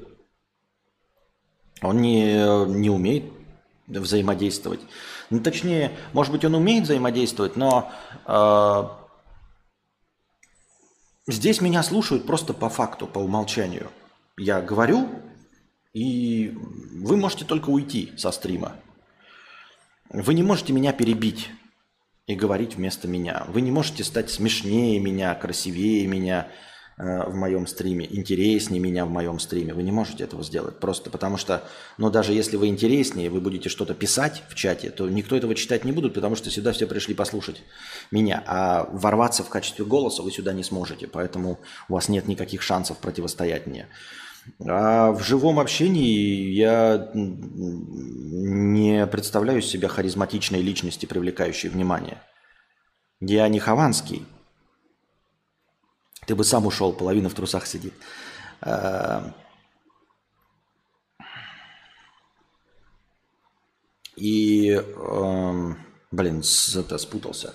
Он не умеет взаимодействовать. Ну, точнее, может быть, он умеет взаимодействовать, но здесь меня слушают просто по факту, по умолчанию. Я говорю, и вы можете только уйти со стрима. Вы не можете меня перебить и говорить вместо меня. Вы не можете стать смешнее меня, красивее меня в моем стриме, интереснее меня в моем стриме. Вы не можете этого сделать. Просто потому что, даже если вы интереснее, вы будете что-то писать в чате, то никто этого читать не будет, потому что сюда все пришли послушать меня. А ворваться в качестве голоса вы сюда не сможете. Поэтому у вас нет никаких шансов противостоять мне. А в живом общении я не представляю из себя харизматичной личности, привлекающей внимание. Я не Хованский. Ты бы сам ушел, половина в трусах сидит. И, спутался.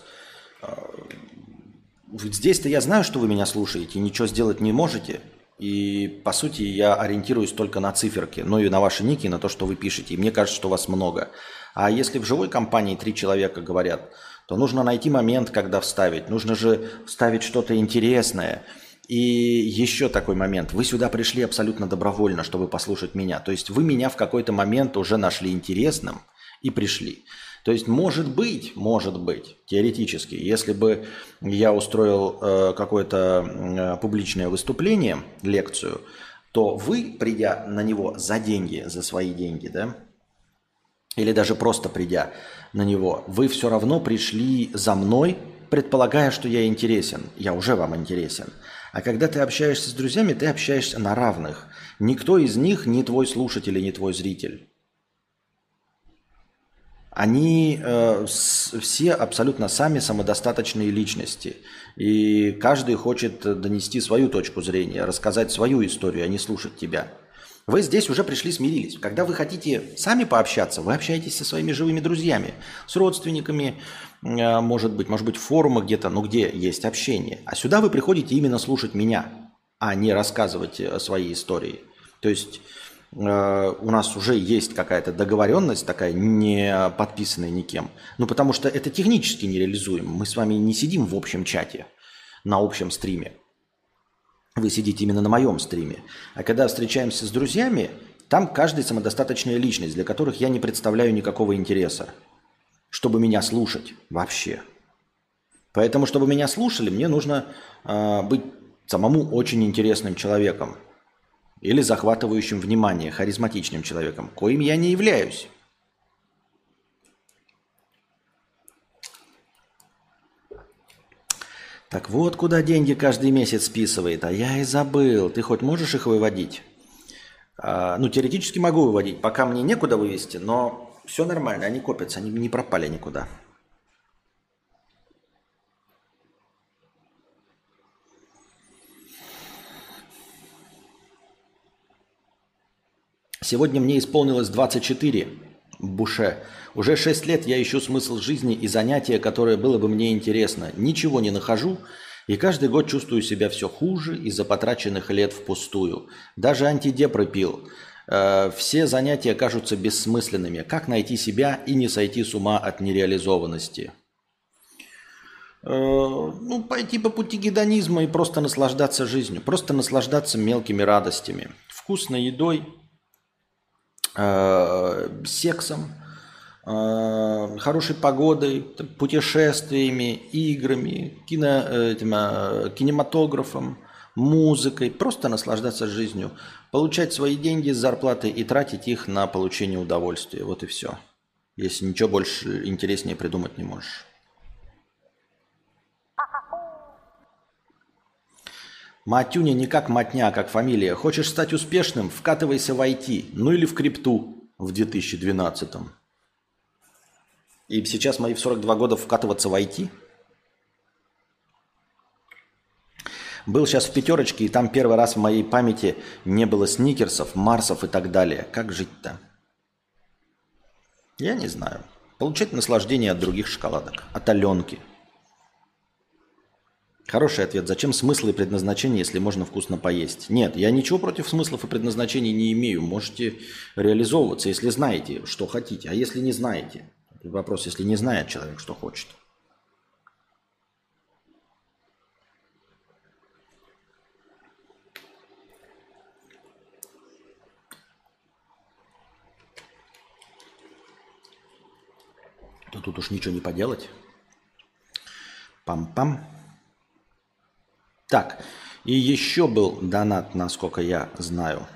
Здесь-то я знаю, что вы меня слушаете, ничего сделать не можете. И, по сути, я ориентируюсь только на циферки, и на ваши ники, и на то, что вы пишете. И мне кажется, что вас много. А если в живой компании 3 человека говорят, то нужно найти момент, когда вставить. Нужно же вставить что-то интересное. И еще такой момент. Вы сюда пришли абсолютно добровольно, чтобы послушать меня. То есть вы меня в какой-то момент уже нашли интересным и пришли. То есть может быть, теоретически, если бы я устроил какое-то публичное выступление, лекцию, то вы, придя на него за деньги, за свои деньги, да, или даже просто придя на него, вы все равно пришли за мной, предполагая, что я интересен. Я уже вам интересен. А когда ты общаешься с друзьями, ты общаешься на равных. Никто из них не твой слушатель и не твой зритель. Они все абсолютно сами самодостаточные личности. И каждый хочет донести свою точку зрения, рассказать свою историю, а не слушать тебя. Вы здесь уже пришли, смирились. Когда вы хотите сами пообщаться, вы общаетесь со своими живыми друзьями, с родственниками, может быть, в форумах где-то, где есть общение. А сюда вы приходите именно слушать меня, а не рассказывать свои истории. То есть у нас уже есть какая-то договоренность такая, не подписанная никем. Потому что это технически нереализуемо. Мы с вами не сидим в общем чате, на общем стриме. Вы сидите именно на моем стриме. А когда встречаемся с друзьями, там каждый самодостаточная личность, для которых я не представляю никакого интереса, чтобы меня слушать вообще. Поэтому, чтобы меня слушали, мне нужно быть самому очень интересным человеком. Или захватывающим внимание, харизматичным человеком, коим я не являюсь. Так вот, куда деньги каждый месяц списывает, а я и забыл. Ты хоть можешь их выводить? Теоретически могу выводить, пока мне некуда вывести, но все нормально, они копятся, они не пропали никуда. Сегодня мне исполнилось 24. Буше. Уже 6 лет я ищу смысл жизни и занятия, которое было бы мне интересно. Ничего не нахожу, и каждый год чувствую себя все хуже из-за потраченных лет впустую. Даже антидепры пил. Все занятия кажутся бессмысленными. Как найти себя и не сойти с ума от нереализованности? Ну, пойти по пути гедонизма и просто наслаждаться жизнью. Просто наслаждаться мелкими радостями. Вкусной едой, сексом, хорошей погодой, путешествиями, играми, кинематографом, музыкой. Просто наслаждаться жизнью. Получать свои деньги с зарплаты и тратить их на получение удовольствия. Вот и все. Если ничего больше интереснее придумать не можешь. Матюня не как матня, а как фамилия. Хочешь стать успешным? Вкатывайся в IT. Ну или в крипту в 2012-м. И сейчас мои в 42 года вкатываться в IT? Был сейчас в пятерочке, и там первый раз в моей памяти не было сникерсов, марсов и так далее. Как жить-то? Я не знаю. Получать наслаждение от других шоколадок. От Аленки. Хороший ответ. Зачем смысл и предназначение, если можно вкусно поесть? Нет, я ничего против смыслов и предназначений не имею. Можете реализовываться, если знаете, что хотите. А если не знаете? Вопрос, если не знает человек, что хочет. То тут уж ничего не поделать. Пам-пам. Так, и еще был донат, насколько я знаю.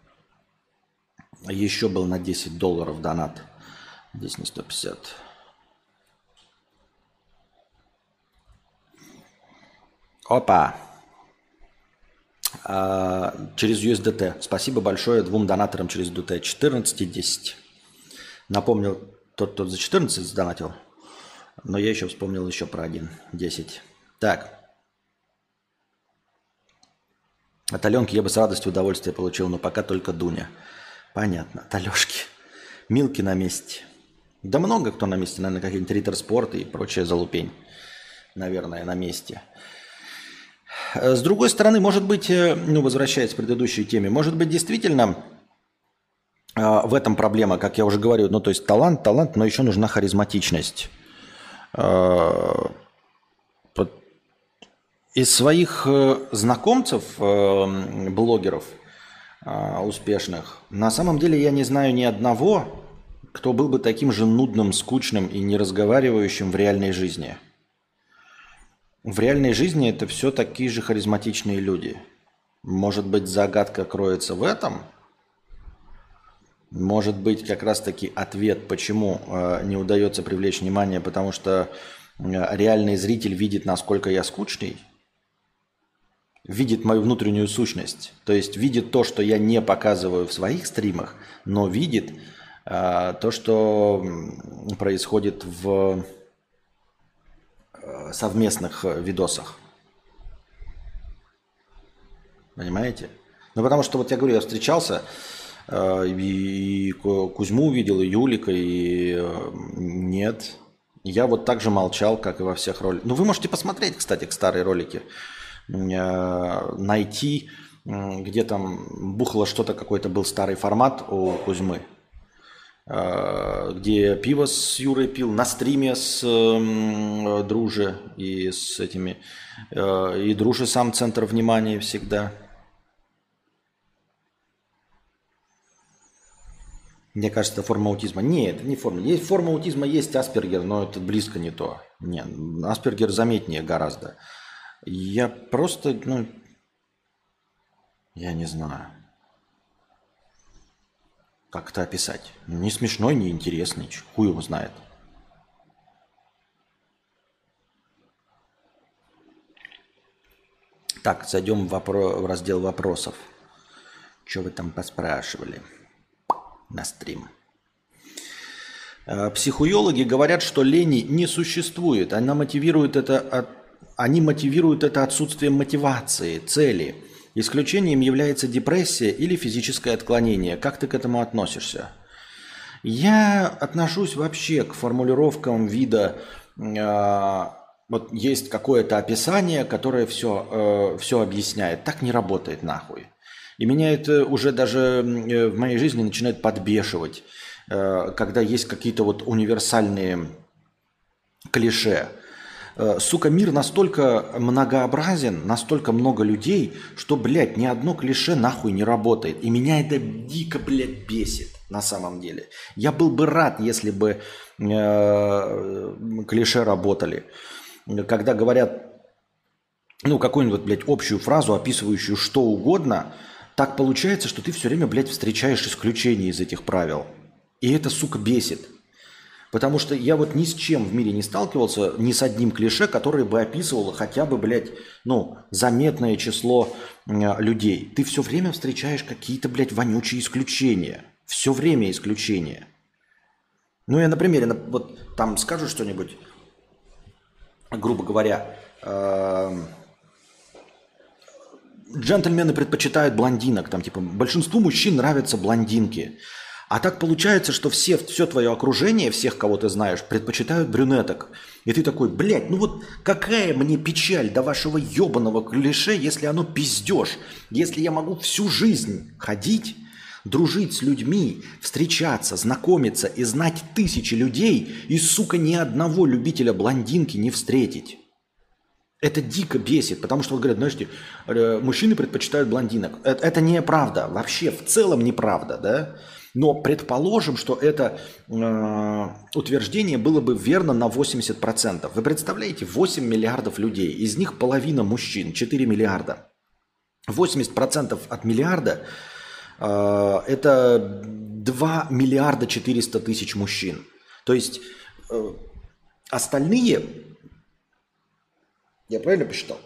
Еще был на $10 донат. Здесь не 150. Опа. Через USDT. Спасибо большое двум донаторам через USDT. 14 и 10. Напомнил тот, кто за 14 сдонатил. Но я еще вспомнил еще про один. 10. Так. От Аленки я бы с радостью удовольствие получил, но пока только Дуня. Понятно. От Алешки. Милки на месте. Да много кто на месте. Наверное, какие-нибудь Риттер Спорт и прочая залупень. Наверное, на месте. С другой стороны, может быть, ну, возвращаясь к предыдущей теме, может быть, действительно в этом проблема, как я уже говорю, ну, то есть талант, но еще нужна харизматичность. Из своих знакомцев, блогеров успешных, на самом деле я не знаю ни одного, кто был бы таким же нудным, скучным и не разговаривающим в реальной жизни. В реальной жизни это все такие же харизматичные люди. Может быть, загадка кроется в этом? Может быть, как раз-таки ответ, почему не удается привлечь внимание, потому что реальный зритель видит, насколько я скучный, видит мою внутреннюю сущность, то есть видит то, что я не показываю в своих стримах, но видит то, что происходит в совместных видосах. Понимаете? Ну, потому что, вот я говорю, я встречался, и Кузьму увидел, и Юлика, и нет. Я вот так же молчал, как и во всех роликах. Ну, вы можете посмотреть, кстати, старые ролики. Найти, где там бухло что-то, какой-то был старый формат у Кузьмы, где пиво с Юрой пил, на стриме с Друже и с этими, и Друже сам центр внимания всегда. Мне кажется, это форма аутизма. Нет, это не форма. Есть форма аутизма, есть Аспергер, но это близко не то. Нет, Аспергер заметнее гораздо. Я просто, ну, я не знаю, как это описать. Не смешной, не интересный, хуй его знает. Так, зайдем в раздел вопросов. Что вы там поспрашивали на стрим? Психологи говорят, что лени не существует. Они мотивируют это отсутствием мотивации, цели. Исключением является депрессия или физическое отклонение. Как ты к этому относишься? Я отношусь вообще к формулировкам вида, вот есть какое-то описание, которое все объясняет. Так не работает нахуй. И меня это уже даже в моей жизни начинает подбешивать, когда есть какие-то вот универсальные клише. Сука, мир настолько многообразен, настолько много людей, что, блядь, ни одно клише нахуй не работает. И меня это дико, блядь, бесит на самом деле. Я был бы рад, если бы клише работали. Когда говорят, ну, какую-нибудь, блядь, общую фразу, описывающую что угодно, так получается, что ты все время, блядь, встречаешь исключения из этих правил. И это, сука, бесит. Потому что я вот ни с чем в мире не сталкивался, ни с одним клише, которое бы описывало хотя бы, блядь, ну, заметное число людей. Ты все время встречаешь какие-то, блядь, вонючие исключения. Все время исключения. Ну, я на примере, вот там скажу что-нибудь, грубо говоря, джентльмены предпочитают блондинок, там, типа, большинству мужчин нравятся блондинки. А так получается, что все твое окружение, всех, кого ты знаешь, предпочитают брюнеток. И ты такой, блядь, ну вот какая мне печаль до вашего ебаного клише, если оно пиздеж. Если я могу всю жизнь ходить, дружить с людьми, встречаться, знакомиться и знать тысячи людей, и, сука, ни одного любителя блондинки не встретить. Это дико бесит, потому что, вот говорят, знаете, мужчины предпочитают блондинок. Это неправда, вообще в целом неправда, да? Но предположим, что это утверждение было бы верно на 80%. Вы представляете, 8 миллиардов людей, из них половина мужчин, 4 миллиарда. 80% от миллиарда это 2 миллиарда 400 тысяч мужчин. То есть остальные, я правильно посчитал?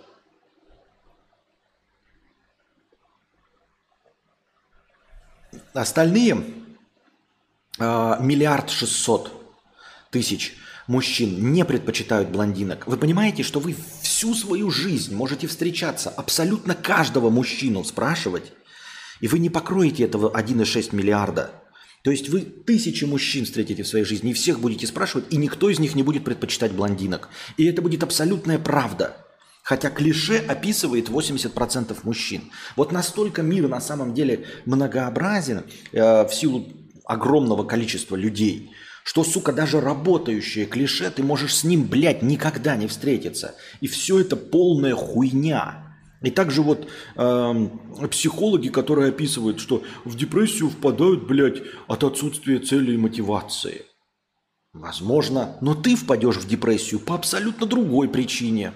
Остальные миллиард 600 тысяч мужчин не предпочитают блондинок. Вы понимаете, что вы всю свою жизнь можете встречаться, абсолютно каждого мужчину спрашивать, и вы не покроете этого 1,6 миллиарда. То есть вы тысячи мужчин встретите в своей жизни, и всех будете спрашивать, и никто из них не будет предпочитать блондинок. И это будет абсолютная правда. Хотя клише описывает 80% мужчин. Вот настолько мир на самом деле многообразен в силу огромного количества людей, что, сука, даже работающее клише, ты можешь с ним, блядь, никогда не встретиться. И все это полная хуйня. И также вот психологи, которые описывают, что в депрессию впадают, блядь, от отсутствия цели и мотивации. Возможно, но ты впадешь в депрессию по абсолютно другой причине.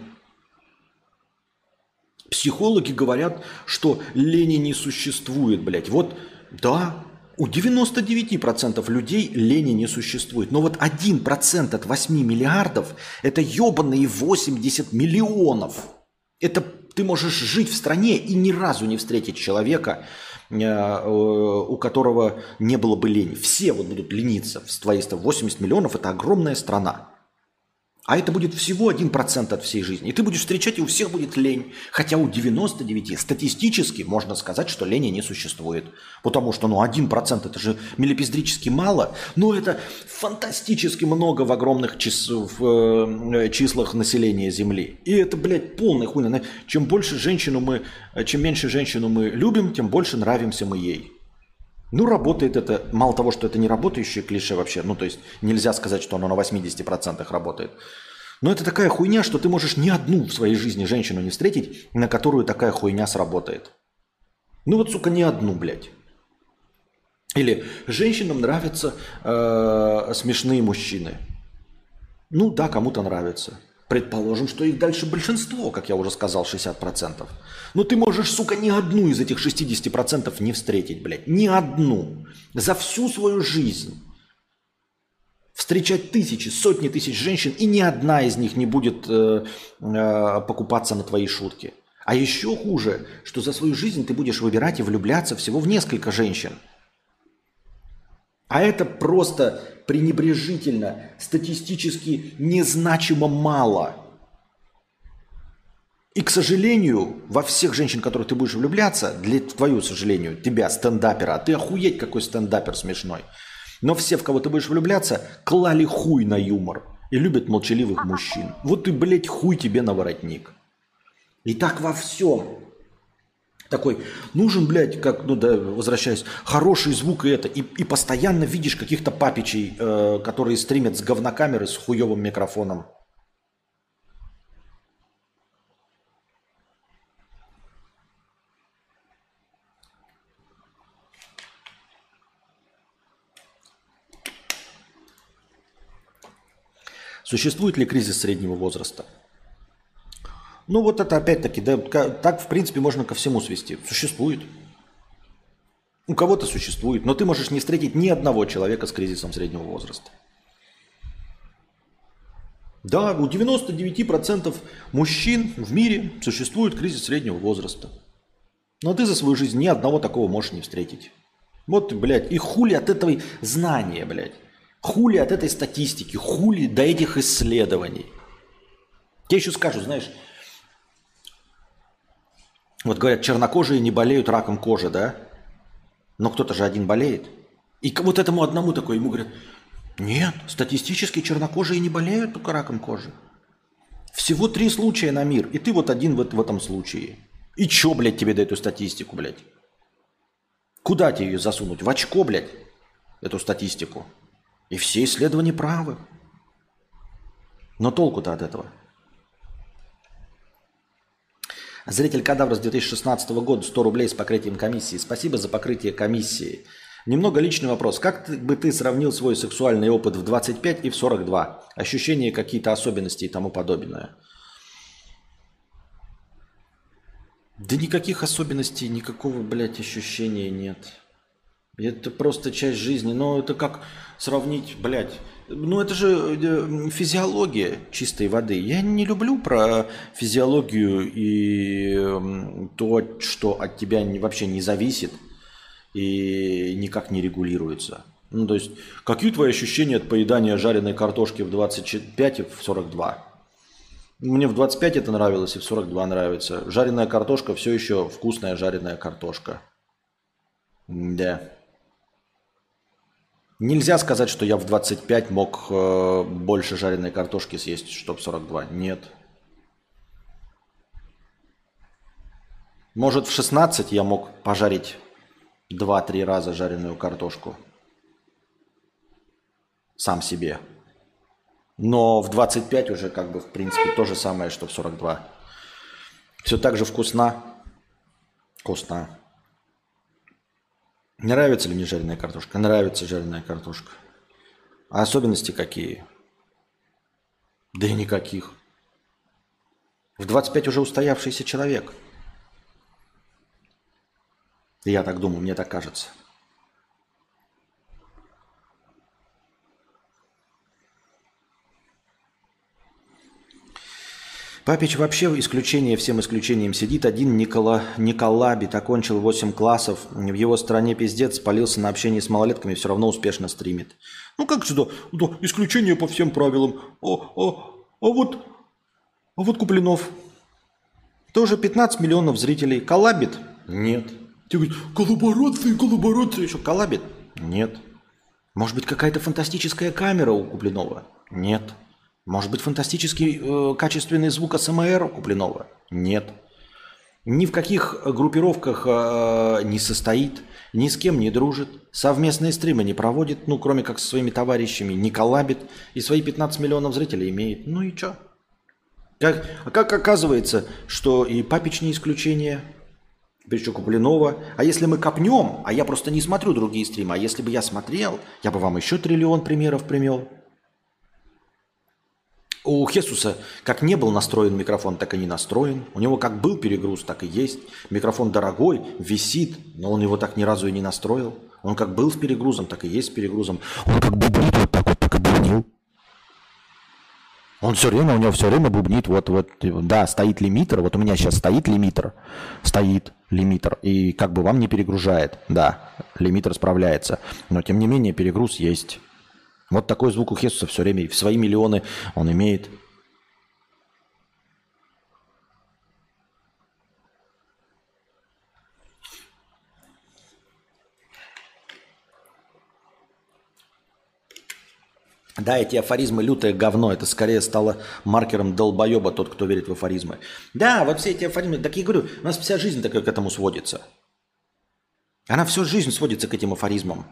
Психологи говорят, что лени не существует, блядь. Вот, да, у 99% людей лени не существует. Но вот 1% от 8 миллиардов – это ебаные 80 миллионов. Это ты можешь жить в стране и ни разу не встретить человека, у которого не было бы лени. Все вот будут лениться. В твоей 80 миллионов – это огромная страна. А это будет всего 1% от всей жизни. И ты будешь встречать, и у всех будет лень. Хотя у 99 статистически можно сказать, что лени не существует. Потому что 1% это же милипиздрически мало, но это фантастически много в огромных числах населения Земли. И это, блядь, полная хуйня. Чем меньше женщину мы любим, тем больше нравимся мы ей. Ну, работает это, мало того, что это не работающее клише вообще, ну, то есть нельзя сказать, что оно на 80% работает. Но это такая хуйня, что ты можешь ни одну в своей жизни женщину не встретить, на которую такая хуйня сработает. Ну вот, сука, ни одну, блядь. Или женщинам нравятся смешные мужчины. Ну да, кому-то нравится. Предположим, что их дальше большинство, как я уже сказал, 60%. Но ты можешь, сука, ни одну из этих 60% не встретить, блядь. Ни одну. За всю свою жизнь. Встречать тысячи, сотни тысяч женщин, и ни одна из них не будет покупаться на твои шутки. А еще хуже, что за свою жизнь ты будешь выбирать и влюбляться всего в несколько женщин. А это просто пренебрежительно, статистически незначимо мало. И, к сожалению, во всех женщин, в которых ты будешь влюбляться, для твоего сожалению, тебя, стендапера, а ты охуеть какой стендапер смешной, Но все, в кого ты будешь влюбляться, клали хуй на юмор. И любят молчаливых мужчин. Вот и, блядь, хуй тебе на воротник. И так во всем. Такой, нужен, блядь, как, ну да, возвращаясь, хороший звук и это. И постоянно видишь каких-то папичей, которые стримят с говнокамеры с хуевым микрофоном. Существует ли кризис среднего возраста? Ну вот это опять-таки, да, так в принципе можно ко всему свести. Существует. У кого-то существует, но ты можешь не встретить ни одного человека с кризисом среднего возраста. Да, у 99% мужчин в мире существует кризис среднего возраста. Но ты за свою жизнь ни одного такого можешь не встретить. Вот, блядь, и хули от этого знания, блядь. Хули от этой статистики, хули до этих исследований. Я еще скажу, знаешь, вот говорят, чернокожие не болеют раком кожи, да? Но кто-то же один болеет. И вот этому одному такой, ему говорят, нет, статистически чернокожие не болеют только раком кожи. Всего 3 случая на мир, и ты вот один в этом случае. И чё, блядь, тебе дают эту статистику, блядь? Куда тебе ее засунуть? В очко, блядь, эту статистику. И все исследования правы. Но толку-то от этого. Зритель Кадавра с 2016 года 100 рублей с покрытием комиссии. Спасибо за покрытие комиссии. Немного личный вопрос. Как бы ты сравнил свой сексуальный опыт в 25 и в 42? Ощущения, какие-то особенности и тому подобное? Да никаких особенностей, никакого, блядь, ощущения нет. Это просто часть жизни. Но это как сравнить, блядь. Ну это же физиология чистой воды. Я не люблю про физиологию и то, что от тебя вообще не зависит и никак не регулируется. Ну, то есть, какие твои ощущения от поедания жареной картошки в 25 и в 42? Мне в 25 это нравилось и в 42 нравится. Жареная картошка все еще вкусная жареная картошка. Да. Нельзя сказать, что я в 25 мог больше жареной картошки съесть, что в 42. Нет. Может, в 16 я мог пожарить 2-3 раза жареную картошку. Сам себе. Но в 25 уже как бы в принципе то же самое, что в 42. Все так же вкусно. Вкусно. Нравится ли мне жареная картошка? Нравится жареная картошка. А особенности какие? Да и никаких. В 25 уже устоявшийся человек. Я так думаю, мне так кажется. Папич вообще исключение всем исключением сидит. Один Николабит окончил 8 классов. В его стране пиздец, спалился на общении с малолетками, все равно успешно стримит. Ну как сюда? Да, исключение по всем правилам. А вот Куплинов. Тоже 15 миллионов зрителей. Коллабит? Нет. Ты говоришь, коллаборация, коллаборация. Еще коллабит? Нет. Может быть, какая-то фантастическая камера у Куплинова? Нет. Может быть, фантастический качественный звук СМР у Куплинова? Нет. Ни в каких группировках не состоит, ни с кем не дружит, совместные стримы не проводит, ну, кроме как со своими товарищами, не коллабит, и свои 15 миллионов зрителей имеет. Ну и чё? Как оказывается, что и Папич не исключение, причем Куплинова. А если мы копнем, а я просто не смотрю другие стримы, а если бы я смотрел, я бы вам еще триллион примеров привел. У Хесуса как не был настроен микрофон, так и не настроен. У него как был перегруз, так и есть. Микрофон дорогой, висит, но он его так ни разу и не настроил. Он как был с перегрузом, так и есть с перегрузом. Он как бубнит вот так вот, так и бубнил. Он все время, у него все время бубнит, вот, да, стоит лимитер, вот у меня сейчас стоит лимитер, и как бы вам не перегружает, да, лимитер справляется, но тем не менее перегруз есть. Вот такой звук у Хесуса все время, и в свои миллионы он имеет. Да, эти афоризмы лютое говно. Это скорее стало маркером долбоеба тот, кто верит в афоризмы. Да, вот все эти афоризмы. Так я говорю, у нас вся жизнь такая к этому сводится. Она всю жизнь сводится к этим афоризмам.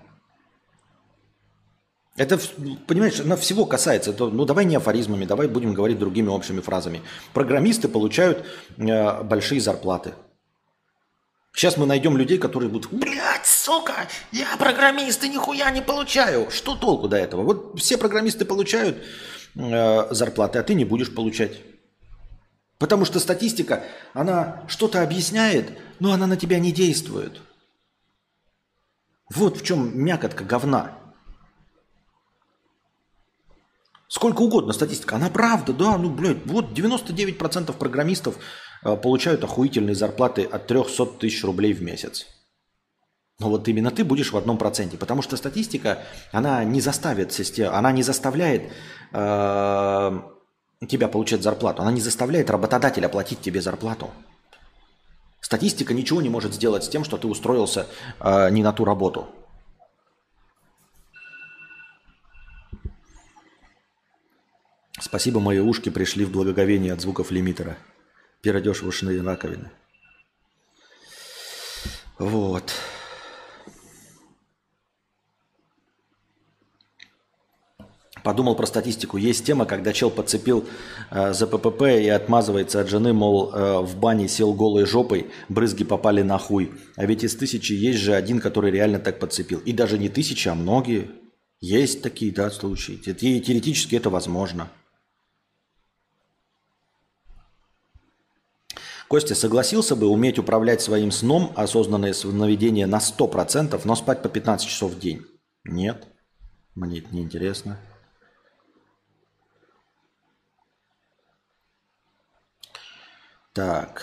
Это, понимаешь, она всего касается. Это, ну, давай не афоризмами, давай будем говорить другими общими фразами. Программисты получают большие зарплаты. Сейчас мы найдем людей, которые будут: блядь, сука, я программист и нихуя не получаю. Что толку до этого? Вот все программисты получают зарплаты, а ты не будешь получать. Потому что статистика, она что-то объясняет, но она на тебя не действует. Вот в чем мякотка говна. Сколько угодно статистика. Она правда, да, ну, блядь, вот 99% программистов получают охуительные зарплаты от 300 тысяч рублей в месяц. Но вот именно ты будешь в 1%, потому что статистика, она не заставит систему, она не заставляет тебя получать зарплату, она не заставляет работодателя платить тебе зарплату. Статистика ничего не может сделать с тем, что ты устроился не на ту работу. Спасибо, мои ушки пришли в благоговение от звуков лимитера. Перейдешь в ушные раковины. Вот. Подумал про статистику. Есть тема, когда чел подцепил за ППП и отмазывается от жены, мол, в бане сел голой жопой, брызги попали на хуй. А ведь из 1000 есть же один, который реально так подцепил. И даже не 1000, а многие. Есть такие, да, случаи. И теоретически это возможно. Костя, согласился бы уметь управлять своим сном, осознанное сновидение на 100%, но спать по 15 часов в день? Нет, мне это не интересно. Так.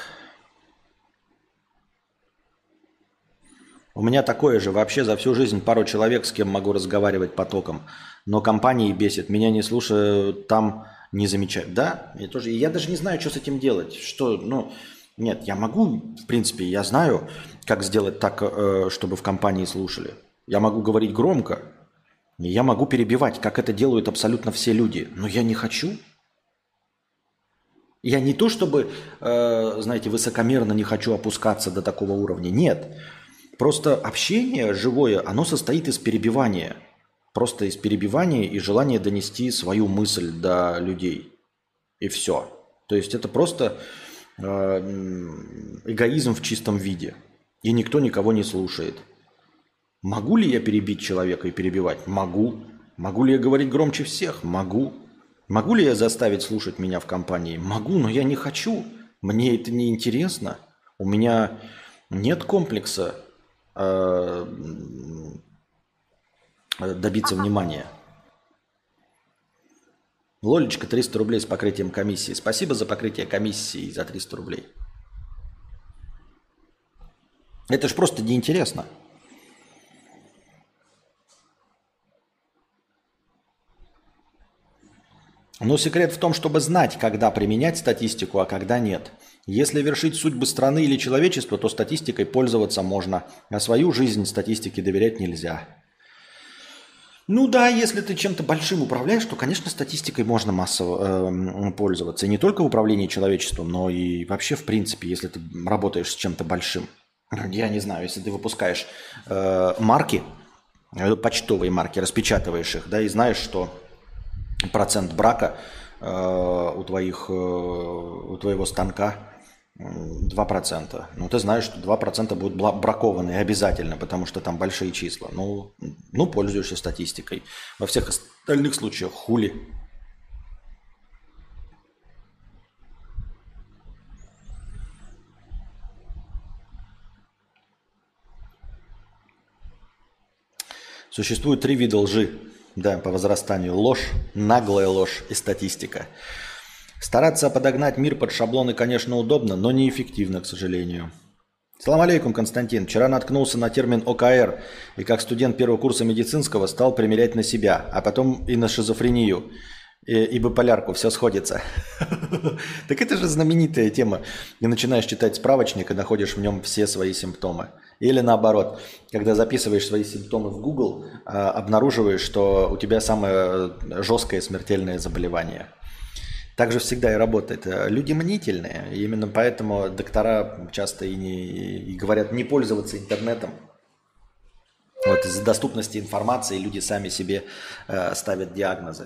У меня такое же. Вообще за всю жизнь пару человек, с кем могу разговаривать потоком. Но компании бесит. Меня не слушают, там не замечают. Да, я тоже. И я даже не знаю, что с этим делать. Что, ну, нет, я могу, в принципе, я знаю, как сделать так, чтобы в компании слушали. Я могу говорить громко. И я могу перебивать, как это делают абсолютно все люди. Но я не хочу. Я не то чтобы, знаете, высокомерно не хочу опускаться до такого уровня. Нет. Просто общение живое, оно состоит из перебивания. Просто из перебивания и желания донести свою мысль до людей. И все. То есть это просто эгоизм в чистом виде. И никто никого не слушает. Могу ли я перебить человека и перебивать? Могу. Могу ли я говорить громче всех? Могу. Могу ли я заставить слушать меня в компании? Могу, но я не хочу. Мне это не интересно. У меня нет комплекса добиться внимания. Лолечка, 300 рублей с покрытием комиссии. Спасибо за покрытие комиссии за 300 рублей. Это ж просто неинтересно. Но секрет в том, чтобы знать, когда применять статистику, а когда нет. Если вершить судьбы страны или человечества, то статистикой пользоваться можно, а свою жизнь статистике доверять нельзя. Ну да, если ты чем-то большим управляешь, то, конечно, статистикой можно массово пользоваться. И не только в управлении человечеством, но и вообще, в принципе, если ты работаешь с чем-то большим. Я не знаю, если ты выпускаешь марки, почтовые марки, распечатываешь их, да, и знаешь, что процент брака у твоего станка 2%. Ну, ты знаешь, что 2% будут бракованные обязательно, потому что там большие числа. Ну, пользуешься статистикой. Во всех остальных случаях хули. Существует 3 вида лжи. Да, по возрастанию. Ложь, наглая ложь и статистика. Стараться подогнать мир под шаблоны, конечно, удобно, но неэффективно, к сожалению. Салам алейкум, Константин. Вчера наткнулся на термин ОКР и как студент первого курса медицинского стал примерять на себя, а потом и на шизофрению, и биполярку. Все сходится. Так это же знаменитая тема. И начинаешь читать справочник и находишь в нем все свои симптомы. Или наоборот, когда записываешь свои симптомы в Google, обнаруживаешь, что у тебя самое жесткое смертельное заболевание. Так же всегда и работает. Люди мнительные, и именно поэтому доктора часто и говорят не пользоваться интернетом. Вот из-за доступности информации люди сами себе ставят диагнозы.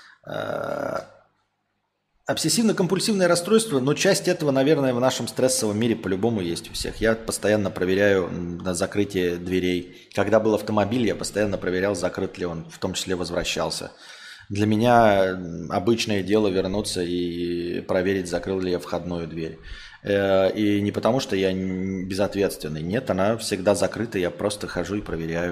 Обсессивно-компульсивное расстройство, но часть этого, наверное, в нашем стрессовом мире по-любому есть у всех. Я постоянно проверяю на закрытие дверей. Когда был автомобиль, я постоянно проверял, закрыт ли он, в том числе возвращался. Для меня обычное дело вернуться и проверить, закрыл ли я входную дверь. И не потому, что я безответственный. Нет, она всегда закрыта, я просто хожу и проверяю.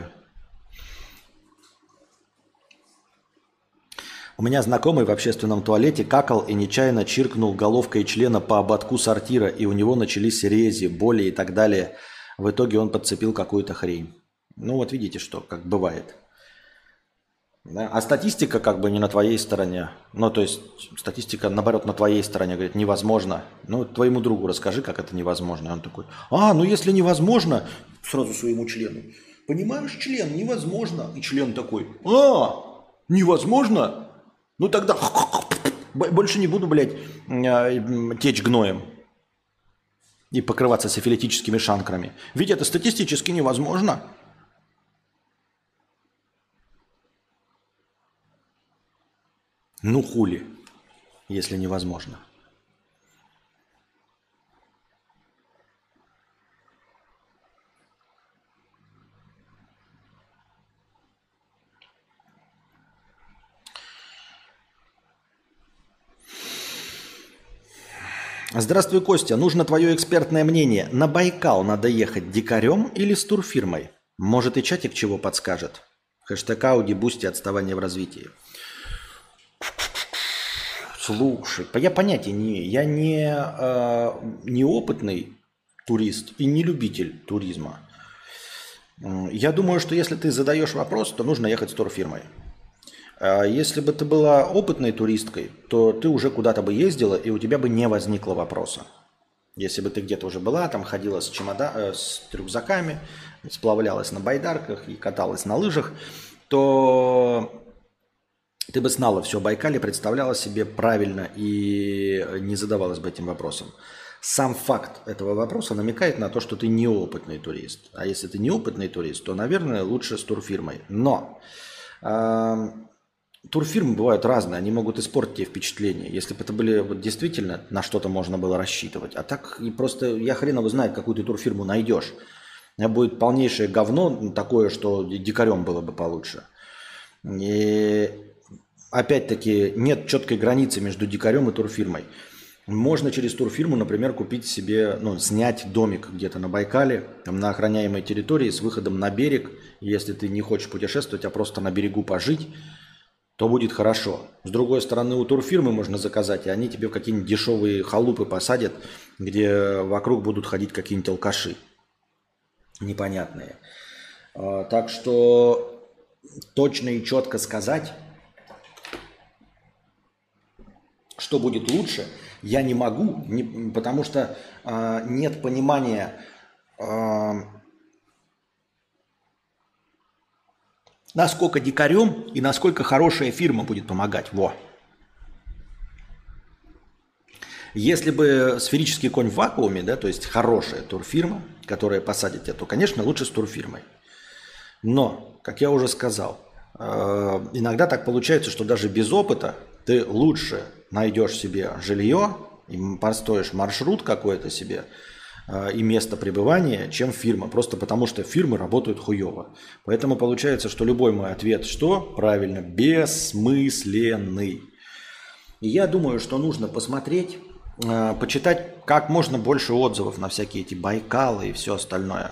У меня знакомый в общественном туалете какал и нечаянно чиркнул головкой члена по ободку сортира, и у него начались рези, боли и так далее. В итоге он подцепил какую-то хрень. Ну вот видите, что, как бывает. Да? А статистика как бы не на твоей стороне. Ну то есть статистика наоборот на твоей стороне. Говорит, невозможно. Ну твоему другу расскажи, как это невозможно. И он такой, ну если невозможно, сразу своему члену. Понимаешь, член, невозможно. И член такой, невозможно? Ну тогда больше не буду, блядь, течь гноем и покрываться сифилитическими шанкрами. Ведь это статистически невозможно. Ну хули, если невозможно. Здравствуй, Костя. Нужно твое экспертное мнение. На Байкал надо ехать дикарем или с турфирмой? Может и чатик чего подскажет? Хэштег Ауди, Бусти, отставание в развитии. Слушай, я понятия не... Я не опытный турист и не любитель туризма. Я думаю, что если ты задаешь вопрос, то нужно ехать с турфирмой. Если бы ты была опытной туристкой, то ты уже куда-то бы ездила, и у тебя бы не возникло вопроса. Если бы ты где-то уже была, там ходила с рюкзаками, сплавлялась на байдарках и каталась на лыжах, то ты бы знала все о Байкале, представляла себе правильно и не задавалась бы этим вопросом. Сам факт этого вопроса намекает на то, что ты неопытный турист. А если ты неопытный турист, то, наверное, лучше с турфирмой. Но турфирмы бывают разные, они могут испортить тебе впечатление. Если бы это были вот действительно на что-то можно было рассчитывать. А так и просто я хрен его знает, какую ты турфирму найдешь. У меня будет полнейшее говно такое, что дикарем было бы получше. И опять-таки нет четкой границы между дикарем и турфирмой. Можно через турфирму, например, купить себе, снять домик где-то на Байкале, там, на охраняемой территории с выходом на берег. Если ты не хочешь путешествовать, а просто на берегу пожить, то будет хорошо. С другой стороны, у турфирмы можно заказать, и они тебе в какие-нибудь дешевые халупы посадят, где вокруг будут ходить какие-нибудь алкаши непонятные. Так что точно и четко сказать, что будет лучше, я не могу, потому что нет понимания, насколько дикарем и насколько хорошая фирма будет помогать. Во. Если бы сферический конь в вакууме, да, то есть хорошая турфирма, которая посадит тебя, то, конечно, лучше с турфирмой. Но, как я уже сказал, иногда так получается, что даже без опыта ты лучше найдешь себе жилье, и построишь маршрут какой-то себе и место пребывания, чем фирма. Просто потому, что фирмы работают хуево. Поэтому получается, что любой мой ответ что? Правильно, бессмысленный. И я думаю, что нужно посмотреть, почитать как можно больше отзывов на всякие эти Байкалы и все остальное.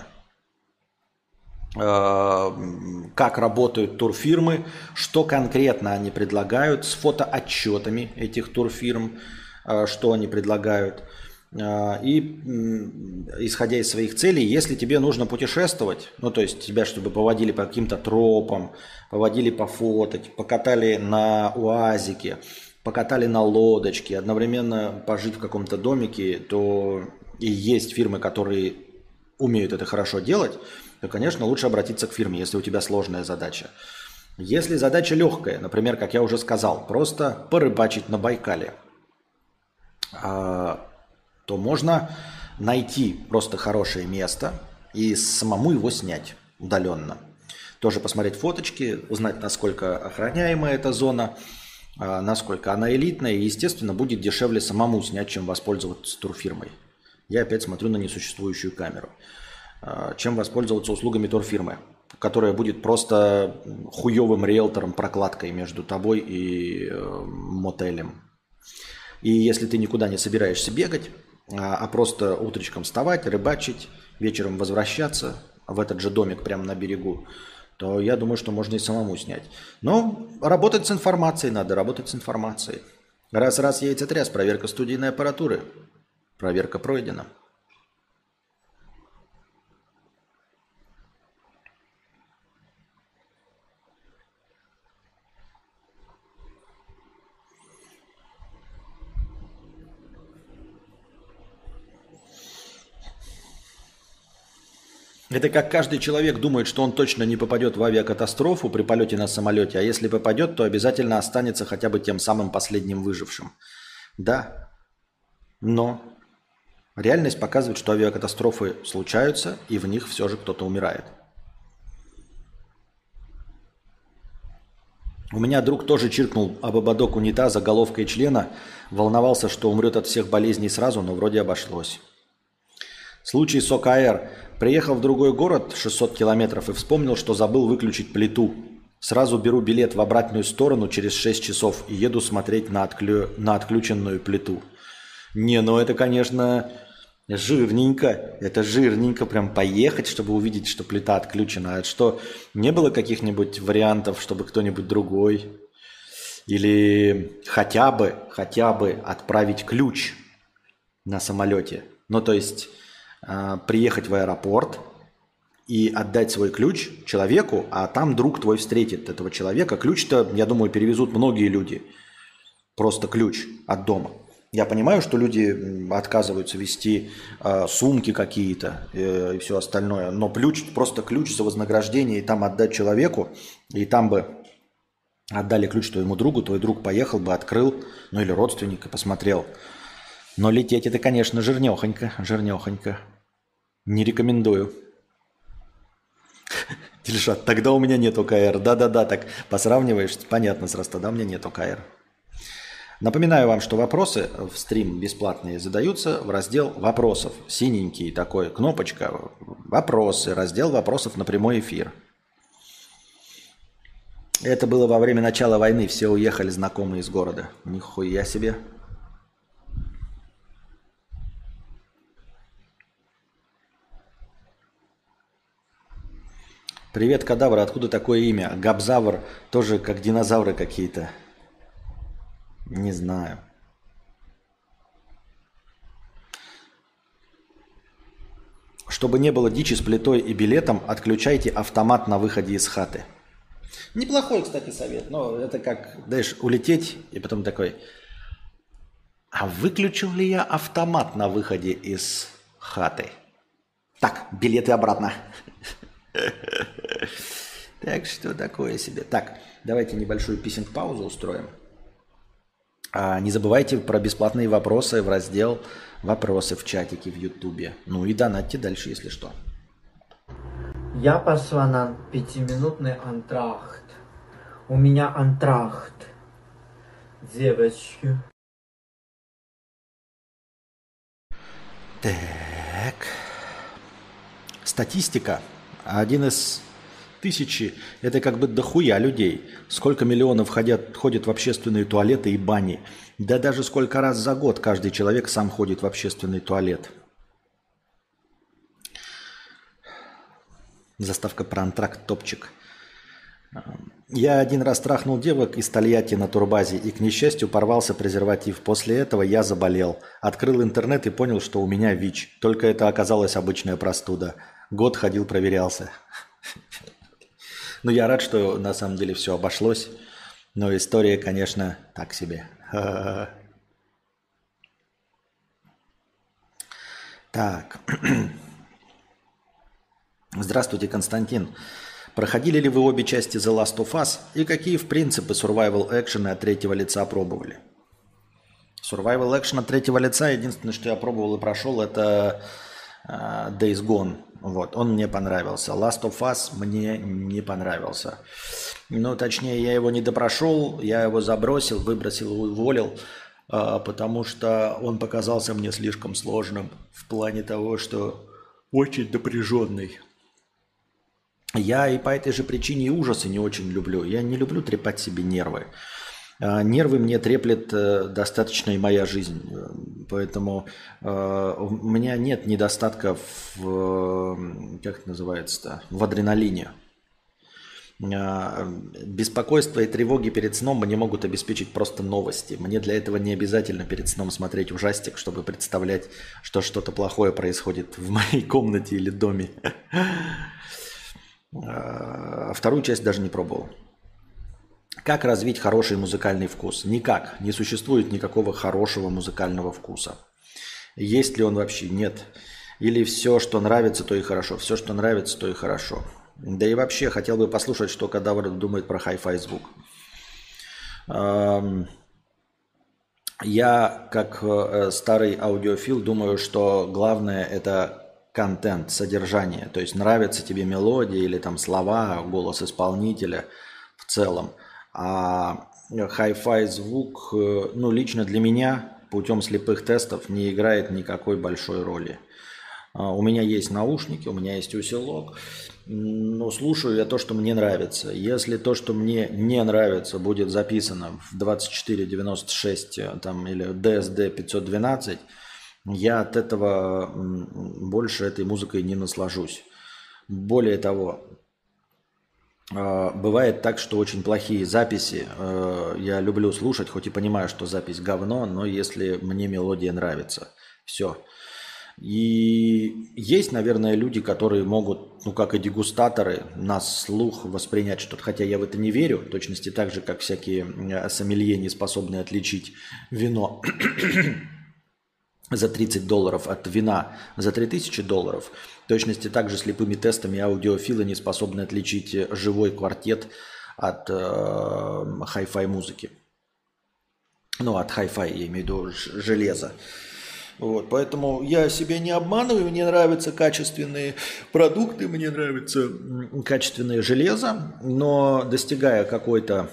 Как работают турфирмы, что конкретно они предлагают, с фотоотчетами этих турфирм, что они предлагают. И исходя из своих целей, если тебе нужно путешествовать, то есть тебя, чтобы поводили по каким-то тропам, поводили пофотать, покатали на уазике, покатали на лодочке, одновременно пожить в каком-то домике, то и есть фирмы, которые умеют это хорошо делать, то, конечно, лучше обратиться к фирме, если у тебя сложная задача. Если задача легкая, например, как я уже сказал, просто порыбачить на Байкале, то можно найти просто хорошее место и самому его снять удаленно. Тоже посмотреть фоточки, узнать, насколько охраняемая эта зона, насколько она элитная. И, естественно, будет дешевле самому снять, чем воспользоваться турфирмой. Я опять смотрю на несуществующую камеру. Чем воспользоваться услугами турфирмы, которая будет просто хуевым риэлтором, прокладкой между тобой и мотелем. И если ты никуда не собираешься бегать, а просто утречком вставать, рыбачить, вечером возвращаться в этот же домик прямо на берегу, то я думаю, что можно и самому снять. Но работать с информацией надо, работать с информацией. Раз яйца тряс, проверка студийной аппаратуры. Проверка пройдена. Это как каждый человек думает, что он точно не попадет в авиакатастрофу при полете на самолете, а если попадет, то обязательно останется хотя бы тем самым последним выжившим. Да, но реальность показывает, что авиакатастрофы случаются, и в них все же кто-то умирает. У меня друг тоже чиркнул об ободок унитаза головкой члена, волновался, что умрет от всех болезней сразу, но вроде обошлось. Случай с ОКР. Приехал в другой город 600 километров и вспомнил, что забыл выключить плиту. Сразу беру билет в обратную сторону через 6 часов и еду смотреть на отключенную плиту. Не, ну это, конечно, жирненько. Это жирненько прям поехать, чтобы увидеть, что плита отключена. А что, не было каких-нибудь вариантов, чтобы кто-нибудь другой? Или хотя бы отправить ключ на самолете? Ну, то есть приехать в аэропорт и отдать свой ключ человеку, а там друг твой встретит этого человека. Ключ-то, я думаю, перевезут многие люди. Просто ключ от дома. Я понимаю, что люди отказываются везти сумки какие-то и все остальное, но просто ключ за вознаграждение и там отдать человеку, и там бы отдали ключ твоему другу, твой друг поехал бы, открыл, ну или родственник и посмотрел. Но лететь это, конечно, жирнехонько, жирнехонько. Не рекомендую. Дильшат, тогда у меня нет ОКР. Да-да-да, так посравниваешь, понятно сразу, тогда у меня нет ОКР. Напоминаю вам, что вопросы в стрим бесплатные задаются в раздел вопросов. Синенький такой, кнопочка, вопросы, раздел вопросов на прямой эфир. Это было во время начала войны, все уехали знакомые из города. Нихуя себе. Привет, кадавр, откуда такое имя? Габзавр, тоже как динозавры какие-то. Не знаю. Чтобы не было дичи с плитой и билетом, отключайте автомат на выходе из хаты. Неплохой, кстати, совет, но это как, знаешь, улететь и потом такой, а выключил ли я автомат на выходе из хаты? Так, билеты обратно. Так что такое себе. Так, давайте небольшую писинг-паузу устроим. Не забывайте про бесплатные вопросы в раздел «Вопросы» в чатике в Ютубе. Ну и донатьте дальше, если что. Я пошла на 5-минутный антрахт. У меня антрахт. Девочки. Так. Статистика. Один из 1000 – это как бы дохуя людей. Сколько миллионов ходят в общественные туалеты и бани. Да даже сколько раз за год каждый человек сам ходит в общественный туалет. Заставка про антракт топчик. Я один раз трахнул девок из Тольятти на турбазе и, к несчастью, порвался презерватив. После этого я заболел. Открыл интернет и понял, что у меня ВИЧ. Только это оказалась обычная простуда. Год ходил, проверялся. Ну, я рад, что на самом деле все обошлось. Но история, конечно, так себе. Так. Здравствуйте, Константин. Проходили ли вы обе части The Last of Us и какие, в принципе, survival экшены от третьего лица пробовали? Survival экшен от третьего лица, единственное, что я пробовал и прошел, это Days Gone. Вот, он мне понравился. Last of Us мне не понравился. Ну, точнее, я его не допрошел, я его забросил, выбросил, уволил, потому что он показался мне слишком сложным в плане того, что очень напряженный. Я и по этой же причине и ужасы не очень люблю. Я не люблю трепать себе нервы. Нервы мне треплет достаточно и моя жизнь. Поэтому у меня нет недостатка в, как это называется-то, в адреналине. Беспокойство и тревоги перед сном мне могут обеспечить просто новости. Мне для этого не обязательно перед сном смотреть ужастик, чтобы представлять, что что-то плохое происходит в моей комнате или доме. Вторую часть даже не пробовал. Как развить хороший музыкальный вкус? Никак. Не существует никакого хорошего музыкального вкуса. Есть ли он вообще? Нет. Или все, что нравится, то и хорошо. Все, что нравится, то и хорошо. Да и вообще, хотел бы послушать, что Кадавр думает про хай-фай звук. Я, как старый аудиофил, думаю, что главное – это контент, содержание. То есть нравится тебе мелодия или там слова, голос исполнителя в целом. А хай-фай звук, ну, лично для меня, путем слепых тестов, не играет никакой большой роли. У меня есть наушники, у меня есть усилок, но слушаю я то, что мне нравится. Если то, что мне не нравится, будет записано в 2496 там, или DSD 512, я от этого больше этой музыкой не наслажусь. Более того, бывает так, что очень плохие записи я люблю слушать, хоть и понимаю, что запись говно, но если мне мелодия нравится, все. И есть, наверное, люди, которые могут, ну как и дегустаторы, на слух воспринять что-то, хотя я в это не верю, в точности так же, как всякие сомелье не способны отличить вино за $30 от вина за $3000, в точности также слепыми тестами аудиофилы не способны отличить живой квартет от хай-фай музыки. Ну, от хай-фай, я имею в виду железа. Вот, поэтому я себя не обманываю, мне нравятся качественные продукты, мне нравится качественное железо, но достигая какого-то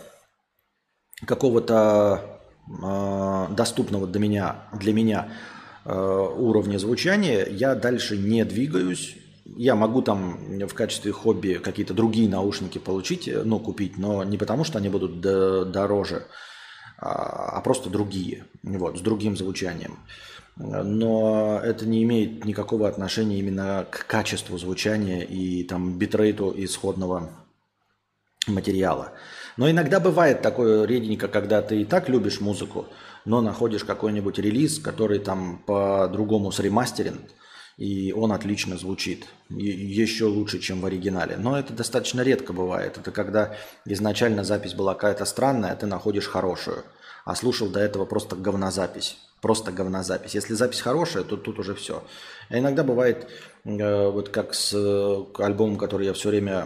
доступного для меня уровня звучания, я дальше не двигаюсь. Я могу там в качестве хобби какие-то другие наушники получить, ну, купить, но не потому, что они будут дороже, а просто другие, вот, с другим звучанием. Но это не имеет никакого отношения именно к качеству звучания и там битрейту исходного материала. Но иногда бывает такое реденько, когда ты и так любишь музыку, но находишь какой-нибудь релиз, который там по-другому сремастерен, и он отлично звучит, еще лучше, чем в оригинале. Но это достаточно редко бывает. Это когда изначально запись была какая-то странная, а ты находишь хорошую, а слушал до этого просто говнозапись. Просто говнозапись. Если запись хорошая, то тут уже все. А иногда бывает, вот как с альбомом, который я все время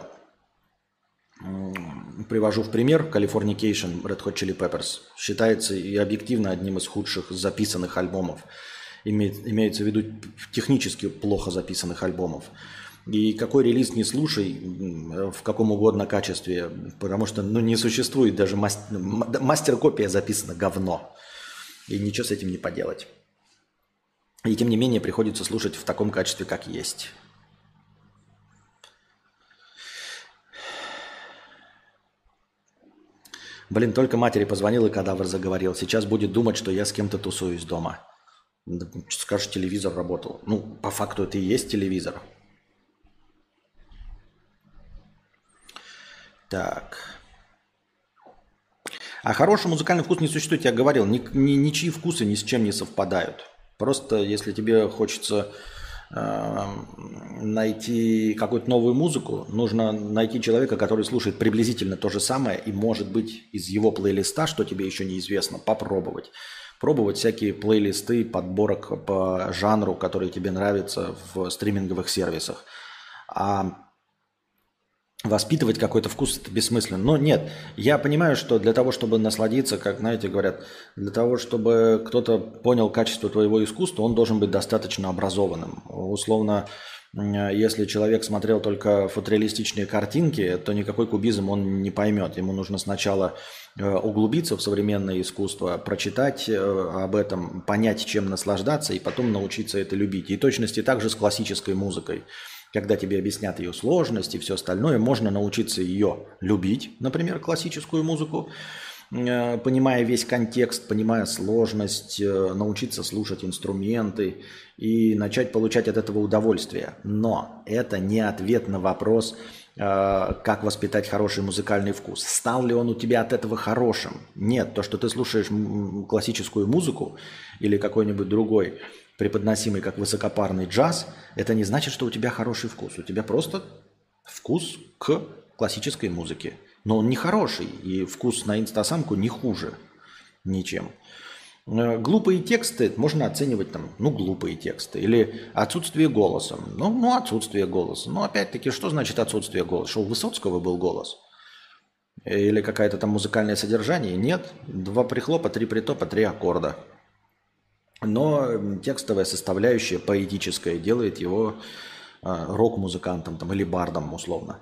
привожу в пример, Californication, Red Hot Chili Peppers, считается и объективно одним из худших записанных альбомов. Имеется в виду технически плохо записанных альбомов. И какой релиз не слушай, в каком угодно качестве, потому что ну, не существует даже мастер-копия записана говно. И ничего с этим не поделать. И тем не менее приходится слушать в таком качестве, как есть. Блин, только матери позвонил и кадавр заговорил. Сейчас будет думать, что я с кем-то тусуюсь дома. Скажешь, телевизор работал. Ну, по факту это и есть телевизор. Так. А хороший музыкальный вкус не существует, я говорил. Ничьи вкусы ни с чем не совпадают. Просто если тебе хочется найти какую-то новую музыку, нужно найти человека, который слушает приблизительно то же самое, и, может быть, из его плейлиста, что тебе еще неизвестно, попробовать. Пробовать всякие плейлисты, подборок по жанру, который тебе нравится в стриминговых сервисах. А воспитывать какой-то вкус это бессмысленно. Но нет, я понимаю, что для того, чтобы насладиться, как, знаете, говорят, для того, чтобы кто-то понял качество твоего искусства, он должен быть достаточно образованным. Условно, если человек смотрел только фотореалистичные картинки, то никакой кубизм он не поймет. Ему нужно сначала углубиться в современное искусство, прочитать об этом, понять, чем наслаждаться, и потом научиться это любить. И точности также с классической музыкой. Когда тебе объяснят ее сложность и все остальное, можно научиться ее любить, например, классическую музыку, понимая весь контекст, понимая сложность, научиться слушать инструменты и начать получать от этого удовольствие. Но это не ответ на вопрос, как воспитать хороший музыкальный вкус. Стал ли он у тебя от этого хорошим? Нет, то, что ты слушаешь классическую музыку или какой-нибудь другой, преподносимый как высокопарный джаз, это не значит, что у тебя хороший вкус. У тебя просто вкус к классической музыке. Но он не хороший, и вкус на инстасамку не хуже ничем. Глупые тексты можно оценивать там, глупые тексты. Или отсутствие голоса. Отсутствие голоса. Но опять-таки, что значит отсутствие голоса? Что у Высоцкого был голос? Или какое-то там музыкальное содержание? Нет. 2 прихлопа, 3 притопа, 3 аккорда. Но текстовая составляющая поэтическая делает его рок-музыкантом там, или бардом условно.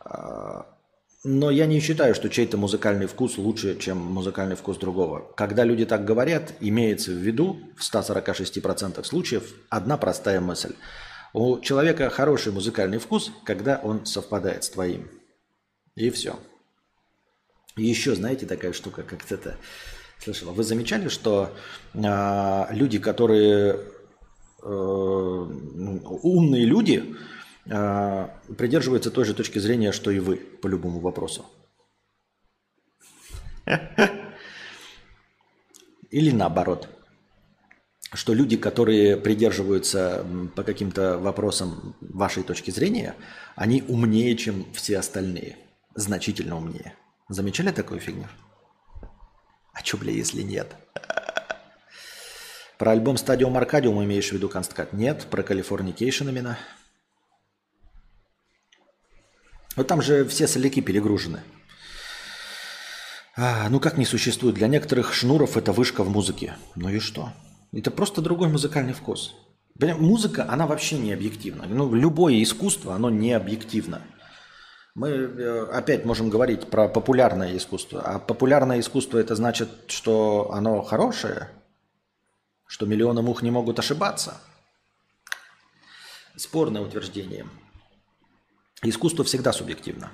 Но я не считаю, что чей-то музыкальный вкус лучше, чем музыкальный вкус другого. Когда люди так говорят, имеется в виду в 146% случаев одна простая мысль. У человека хороший музыкальный вкус, когда он совпадает с твоим. И все. И еще, знаете, такая штука, как это... Слышала. Вы замечали, что люди, которые умные люди, придерживаются той же точки зрения, что и вы по любому вопросу? Или наоборот, что люди, которые придерживаются по каким-то вопросам вашей точки зрения, они умнее, чем все остальные, значительно умнее. Замечали такую фигню? А чё, бля, если нет? Про альбом Stadium Arcadium имеешь в виду, Консткат? Нет, про Californication именно. Но там же все соляки перегружены. Как не существует? Для некоторых шнуров это вышка в музыке. Ну и что? Это просто другой музыкальный вкус. Музыка, она вообще не объективна. Любое искусство, оно не объективно. Мы опять можем говорить про популярное искусство. А популярное искусство это значит, что оно хорошее? Что миллионы мух не могут ошибаться? Спорное утверждение. Искусство всегда субъективно.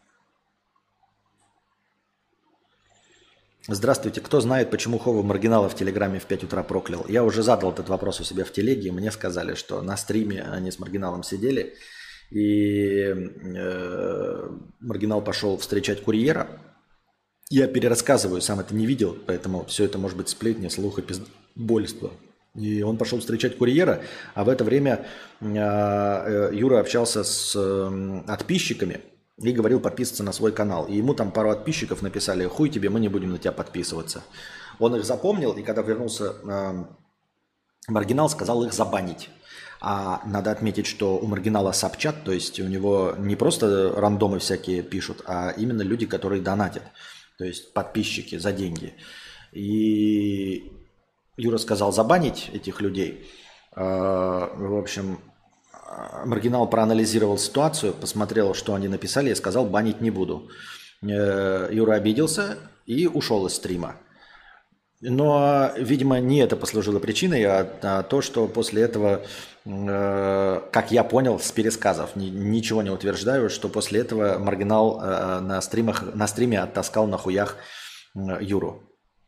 Здравствуйте. Кто знает, почему Хова маргинала в Телеграме в 5 утра проклял? Я уже задал этот вопрос у себя в телеге. Мне сказали, что на стриме они с маргиналом сидели. И маргинал пошел встречать курьера. Я перерассказываю, сам это не видел, поэтому все это может быть сплетня, слух и пиздобольство. И он пошел встречать курьера, а в это время Юра общался с подписчиками и говорил подписываться на свой канал. И ему там пару подписчиков написали: хуй тебе, мы не будем на тебя подписываться. Он их запомнил, и когда вернулся маргинал, сказал их забанить. А надо отметить, что у маргинала сабчат, то есть у него не просто рандомы всякие пишут, а именно люди, которые донатят, то есть подписчики за деньги. И Юра сказал забанить этих людей. В общем, маргинал проанализировал ситуацию, посмотрел, что они написали, и сказал: банить не буду. Юра обиделся и ушел из стрима. Но, видимо, не это послужило причиной, а то, что после этого, как я понял с пересказов, ничего не утверждаю, что после этого маргинал на стриме оттаскал на хуях Юру.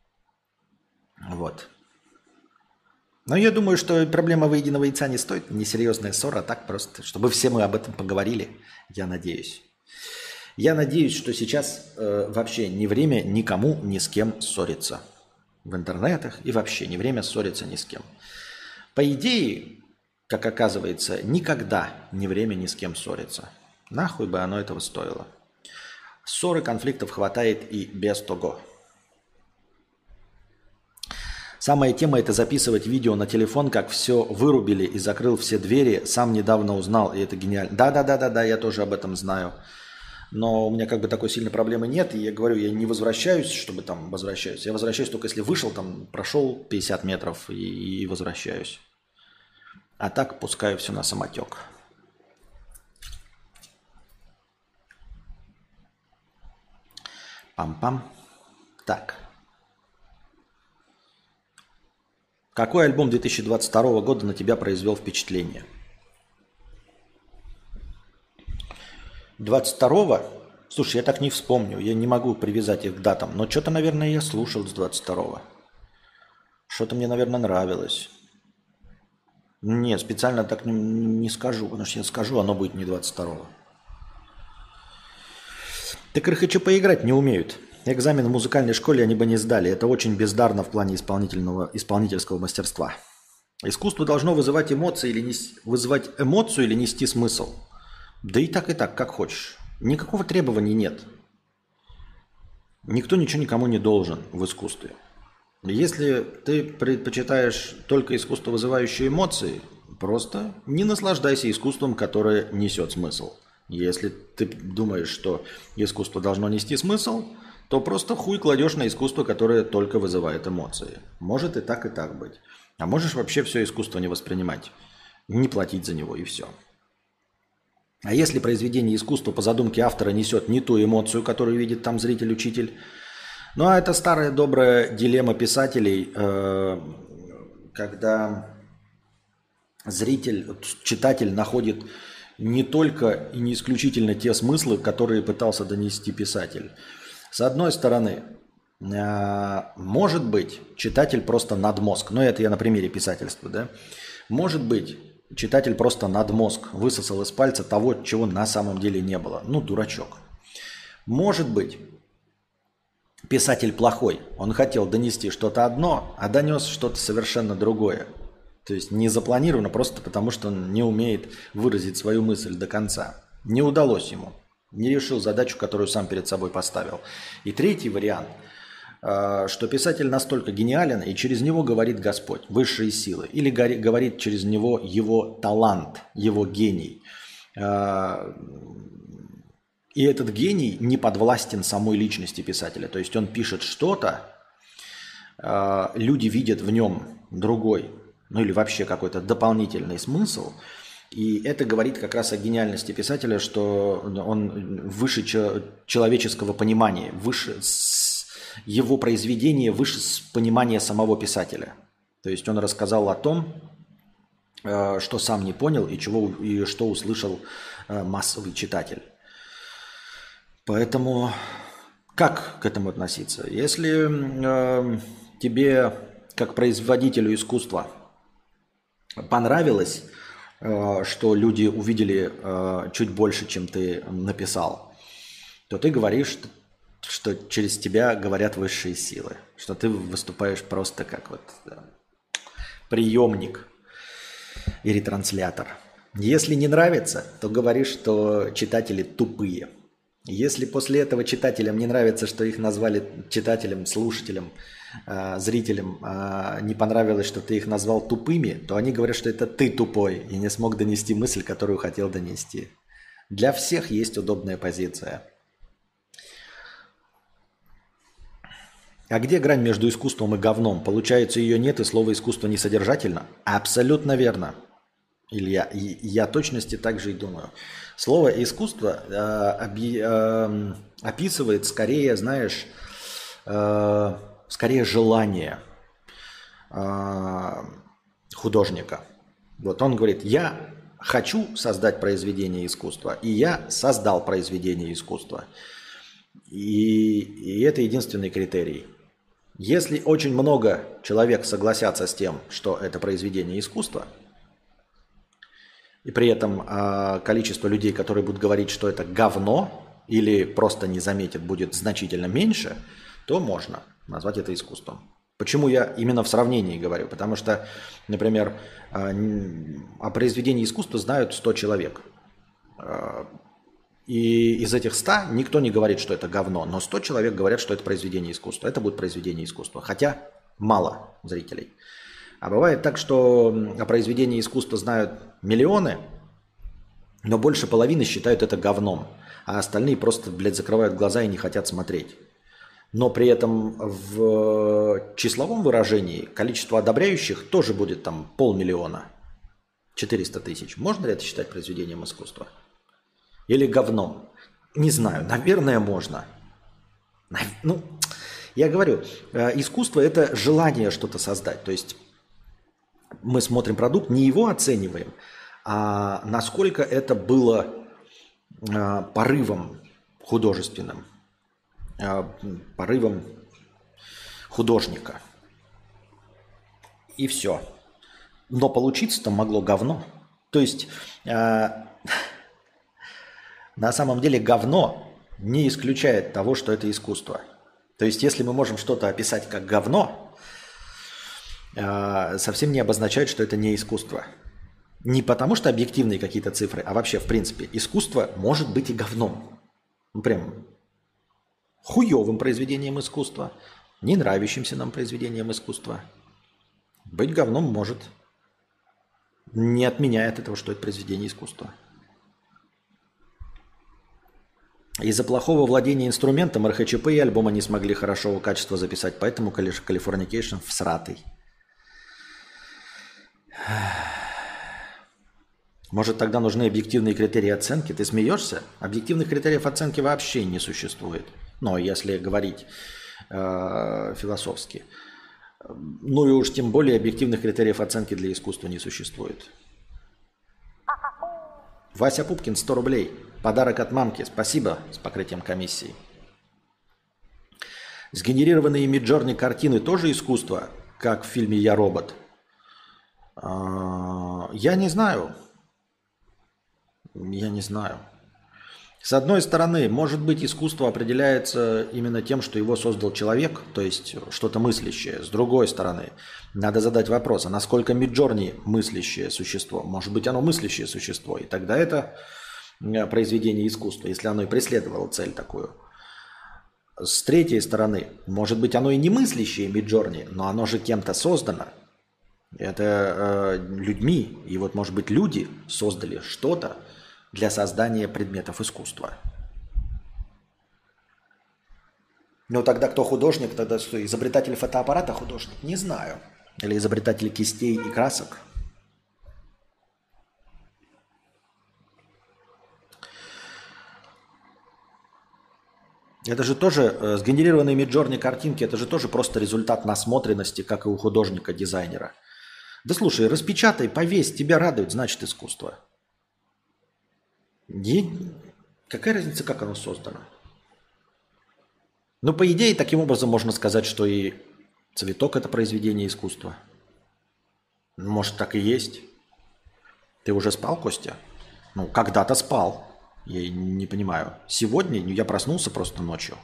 Вот. Но я думаю, что проблема выеденного яйца не стоит, несерьезная ссора, а так просто, чтобы все мы об этом поговорили, я надеюсь. Я надеюсь, что сейчас вообще не время никому ни с кем ссориться. В интернетах и вообще не время ссориться ни с кем. По идее, как оказывается, никогда не время ни с кем ссориться. Нахуй бы оно этого стоило. Ссоры, конфликтов хватает и без того. Самая тема – это записывать видео на телефон, как все вырубили и закрыл все двери. Сам недавно узнал, и это гениально. Да, я тоже об этом знаю. Но у меня как бы такой сильной проблемы нет. И я говорю, я не возвращаюсь, чтобы там возвращаюсь. Я возвращаюсь только если вышел, там прошел 50 метров и возвращаюсь. А так пускаю все на самотек. Пам-пам. Так. Какой альбом 2022 года на тебя произвел впечатление? 22-го? Слушай, я так не вспомню. Я не могу привязать их к датам. Но что-то, наверное, я слушал с 22-го. Что-то мне, наверное, нравилось. Нет, специально так не скажу. Потому что я скажу, оно будет не 22-го. Так их хочу поиграть не умеют. Экзамен в музыкальной школе они бы не сдали. Это очень бездарно в плане исполнительского мастерства. Искусство должно вызывать эмоции вызывать эмоцию или нести смысл. Да и так, как хочешь. Никакого требования нет. Никто ничего никому не должен в искусстве. Если ты предпочитаешь только искусство, вызывающее эмоции, просто не наслаждайся искусством, которое несет смысл. Если ты думаешь, что искусство должно нести смысл, то просто хуй кладешь на искусство, которое только вызывает эмоции. Может и так быть. А можешь вообще все искусство не воспринимать, не платить за него и все. А если произведение искусства по задумке автора несет не ту эмоцию, которую видит там зритель-учитель, ну а это старая добрая дилемма писателей, когда читатель находит не только и не исключительно те смыслы, которые пытался донести писатель. С одной стороны, может быть, читатель просто надмозг. Но это я на примере писательства, да? Может быть, читатель просто надмозг высосал из пальца того, чего на самом деле не было. Ну, дурачок. Может быть, писатель плохой. Он хотел донести что-то одно, а донес что-то совершенно другое. То есть не запланировано просто потому, что он не умеет выразить свою мысль до конца. Не удалось ему. Не решил задачу, которую сам перед собой поставил. И третий вариант, что писатель настолько гениален, и через него говорит Господь, высшие силы, или говорит через него его талант, его гений. И этот гений не подвластен самой личности писателя. То есть он пишет что-то, люди видят в нем другой, ну или вообще какой-то дополнительный смысл. И это говорит как раз о гениальности писателя, что он выше человеческого понимания, выше его произведение, выше понимания самого писателя. То есть он рассказал о том, что сам не понял и что услышал массовый читатель. Поэтому как к этому относиться? Если тебе, как производителю искусства, понравилось, что люди увидели чуть больше, чем ты написал, то ты говоришь, что через тебя говорят высшие силы, что ты выступаешь просто как вот приемник и ретранслятор. Если не нравится, то говоришь, что читатели тупые. Если после этого читателям не нравится, что их назвали читателем, слушателем, зрителям, не понравилось, что ты их назвал тупыми, то они говорят, что это ты тупой и не смог донести мысль, которую хотел донести. Для всех есть удобная позиция. А где грань между искусством и говном? Получается, ее нет, и слово «искусство» не содержательно? Абсолютно верно, Илья. Я точности так же и думаю. Слово «искусство» описывает скорее, знаешь, скорее желание художника. Вот он говорит, я хочу создать произведение искусства, и я создал произведение искусства. И это единственный критерий. Если очень много человек согласятся с тем, что это произведение искусства, и при этом количество людей, которые будут говорить, что это говно, или просто не заметят, будет значительно меньше, то можно назвать это искусством. Почему я именно в сравнении говорю? Потому что, например, о произведении искусства знают 100 человек. И из этих 100 никто не говорит, что это говно, но 100 человек говорят, что это произведение искусства. Это будет произведение искусства, хотя мало зрителей. А бывает так, что о произведении искусства знают миллионы, но больше половины считают это говном. а остальные просто, блядь, закрывают глаза и не хотят смотреть. Но при этом в числовом выражении количество одобряющих тоже будет там 500 000, 400 000. Можно ли это считать произведением искусства? Или говном? Не знаю, наверное, можно. Ну, я говорю, искусство – это желание что-то создать. То есть мы смотрим продукт, не его оцениваем, а насколько это было порывом художественным, порывом художника. И все. Но получиться-то могло говно. То есть на самом деле говно не исключает того, что это искусство. То есть если мы можем что-то описать как говно, совсем не обозначает, что это не искусство. Не потому что объективные какие-то цифры, а вообще, в принципе, искусство может быть и говном. Ну, прям хуевым произведением искусства, не нравящимся нам произведением искусства. Быть говном может. Не отменяет этого, что это произведение искусства. Из-за плохого владения инструментом РХЧП и альбома не смогли хорошего качества записать, поэтому Californication всратый. Может, тогда нужны объективные критерии оценки? Ты смеешься? Объективных критериев оценки вообще не существует. Но если говорить философски. Ну и уж тем более объективных критериев оценки для искусства не существует. Вася Пупкин, 100 рублей. Подарок от мамки. Спасибо с покрытием комиссии. Сгенерированные Midjourney картины тоже искусство, как в фильме «Я робот»? Я не знаю. Я не знаю. С одной стороны, может быть, искусство определяется именно тем, что его создал человек, то есть что-то мыслящее. С другой стороны, надо задать вопрос, а насколько Midjourney мыслящее существо? Может быть, оно мыслящее существо, и тогда это произведение искусства, если оно и преследовало цель такую. С третьей стороны, может быть, оно и не мыслящее Midjourney, но оно же кем-то создано. Это людьми, и вот, может быть, люди создали что-то для создания предметов искусства. Но тогда кто художник? Тогда что, изобретатель фотоаппарата художник? Не знаю. Или изобретатель кистей и красок? Это же тоже, сгенерированные Midjourney картинки, это же тоже просто результат насмотренности, как и у художника-дизайнера. Да слушай, распечатай, повесь, тебя радует, значит искусство. Какая разница, как оно создано? Ну, по идее, таким образом можно сказать, что и цветок – это произведение искусства. Может, так и есть. Ты уже спал, Костя? Ну, когда-то спал. Я не понимаю. Сегодня я проснулся просто ночью.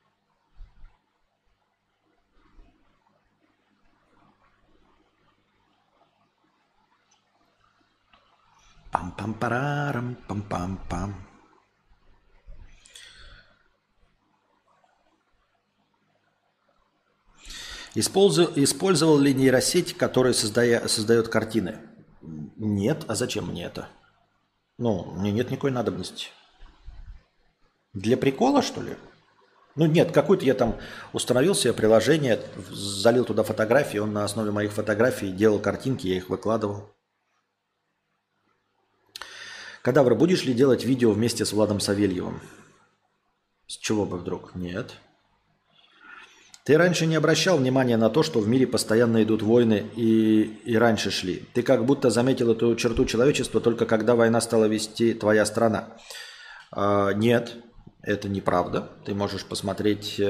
Пам-пам-парарам, пам-пам-пам. Использовал ли нейросеть, которая создает картины? Нет. А зачем мне это? Ну, мне нет никакой надобности. Для прикола, что ли? Ну, нет, какое-то я там установил себе приложение, залил туда фотографии, он на основе моих фотографий делал картинки, я их выкладывал. Кадавр, будешь ли делать видео вместе с Владом Савельевым? С чего бы вдруг? Нет. Ты раньше не обращал внимания на то, что в мире постоянно идут войны и раньше шли. Ты как будто заметил эту черту человечества только когда война стала вести твоя страна. Нет, это неправда. Ты можешь посмотреть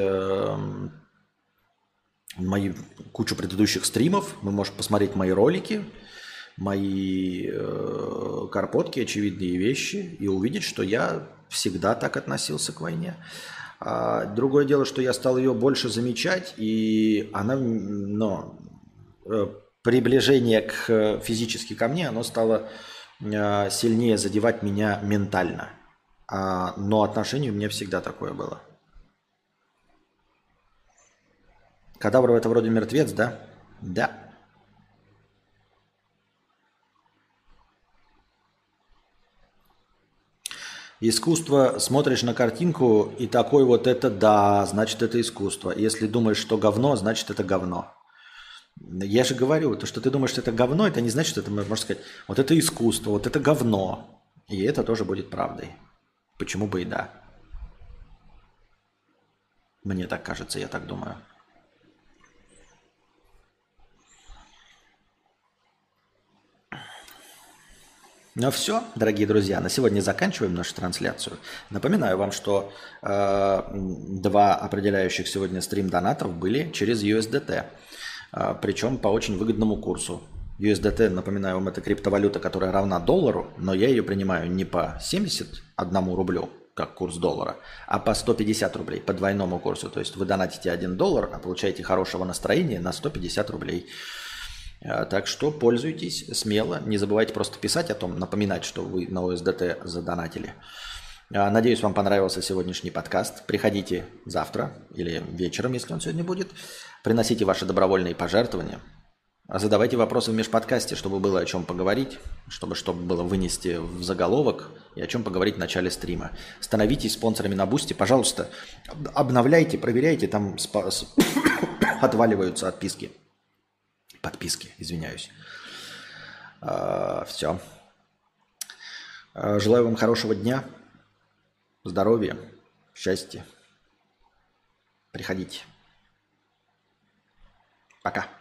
мои кучу предыдущих стримов, вы можете посмотреть мои ролики, мои карпотки, очевидные вещи и увидеть, что я всегда так относился к войне. А другое дело, что я стал ее больше замечать, и она, приближение физически ко мне, оно стало сильнее задевать меня ментально. Но отношение у меня всегда такое было. Кадавр это вроде мертвец, да? Да. Искусство, смотришь на картинку и такой вот это да, значит это искусство. Если думаешь, что говно, значит это говно. Я же говорю, то, что ты думаешь, что это говно, это не значит, что это, можно сказать, вот это искусство, вот это говно. И это тоже будет правдой. Почему бы и да? Мне так кажется, я так думаю. Ну все, дорогие друзья, на сегодня заканчиваем нашу трансляцию. Напоминаю вам, что два определяющих сегодня стрим донатов были через USDT. Причем по очень выгодному курсу. USDT, напоминаю вам, это криптовалюта, которая равна доллару, но я ее принимаю не по 71 рублю, как курс доллара, а по 150 рублей, по двойному курсу. То есть вы донатите $1, а получаете хорошего настроения на 150 рублей. Так что пользуйтесь смело. Не забывайте просто писать о том, напоминать, что вы на USDT задонатили. Надеюсь, вам понравился сегодняшний подкаст. Приходите завтра или вечером, если он сегодня будет. Приносите ваши добровольные пожертвования. Задавайте вопросы в межподкасте, чтобы было о чем поговорить, чтобы было вынести в заголовок и о чем поговорить в начале стрима. Становитесь спонсорами на Бусти. Пожалуйста, обновляйте, проверяйте, там отваливаются отписки. Подписки, извиняюсь. Все. Желаю вам хорошего дня, здоровья, счастья. Приходите. Пока.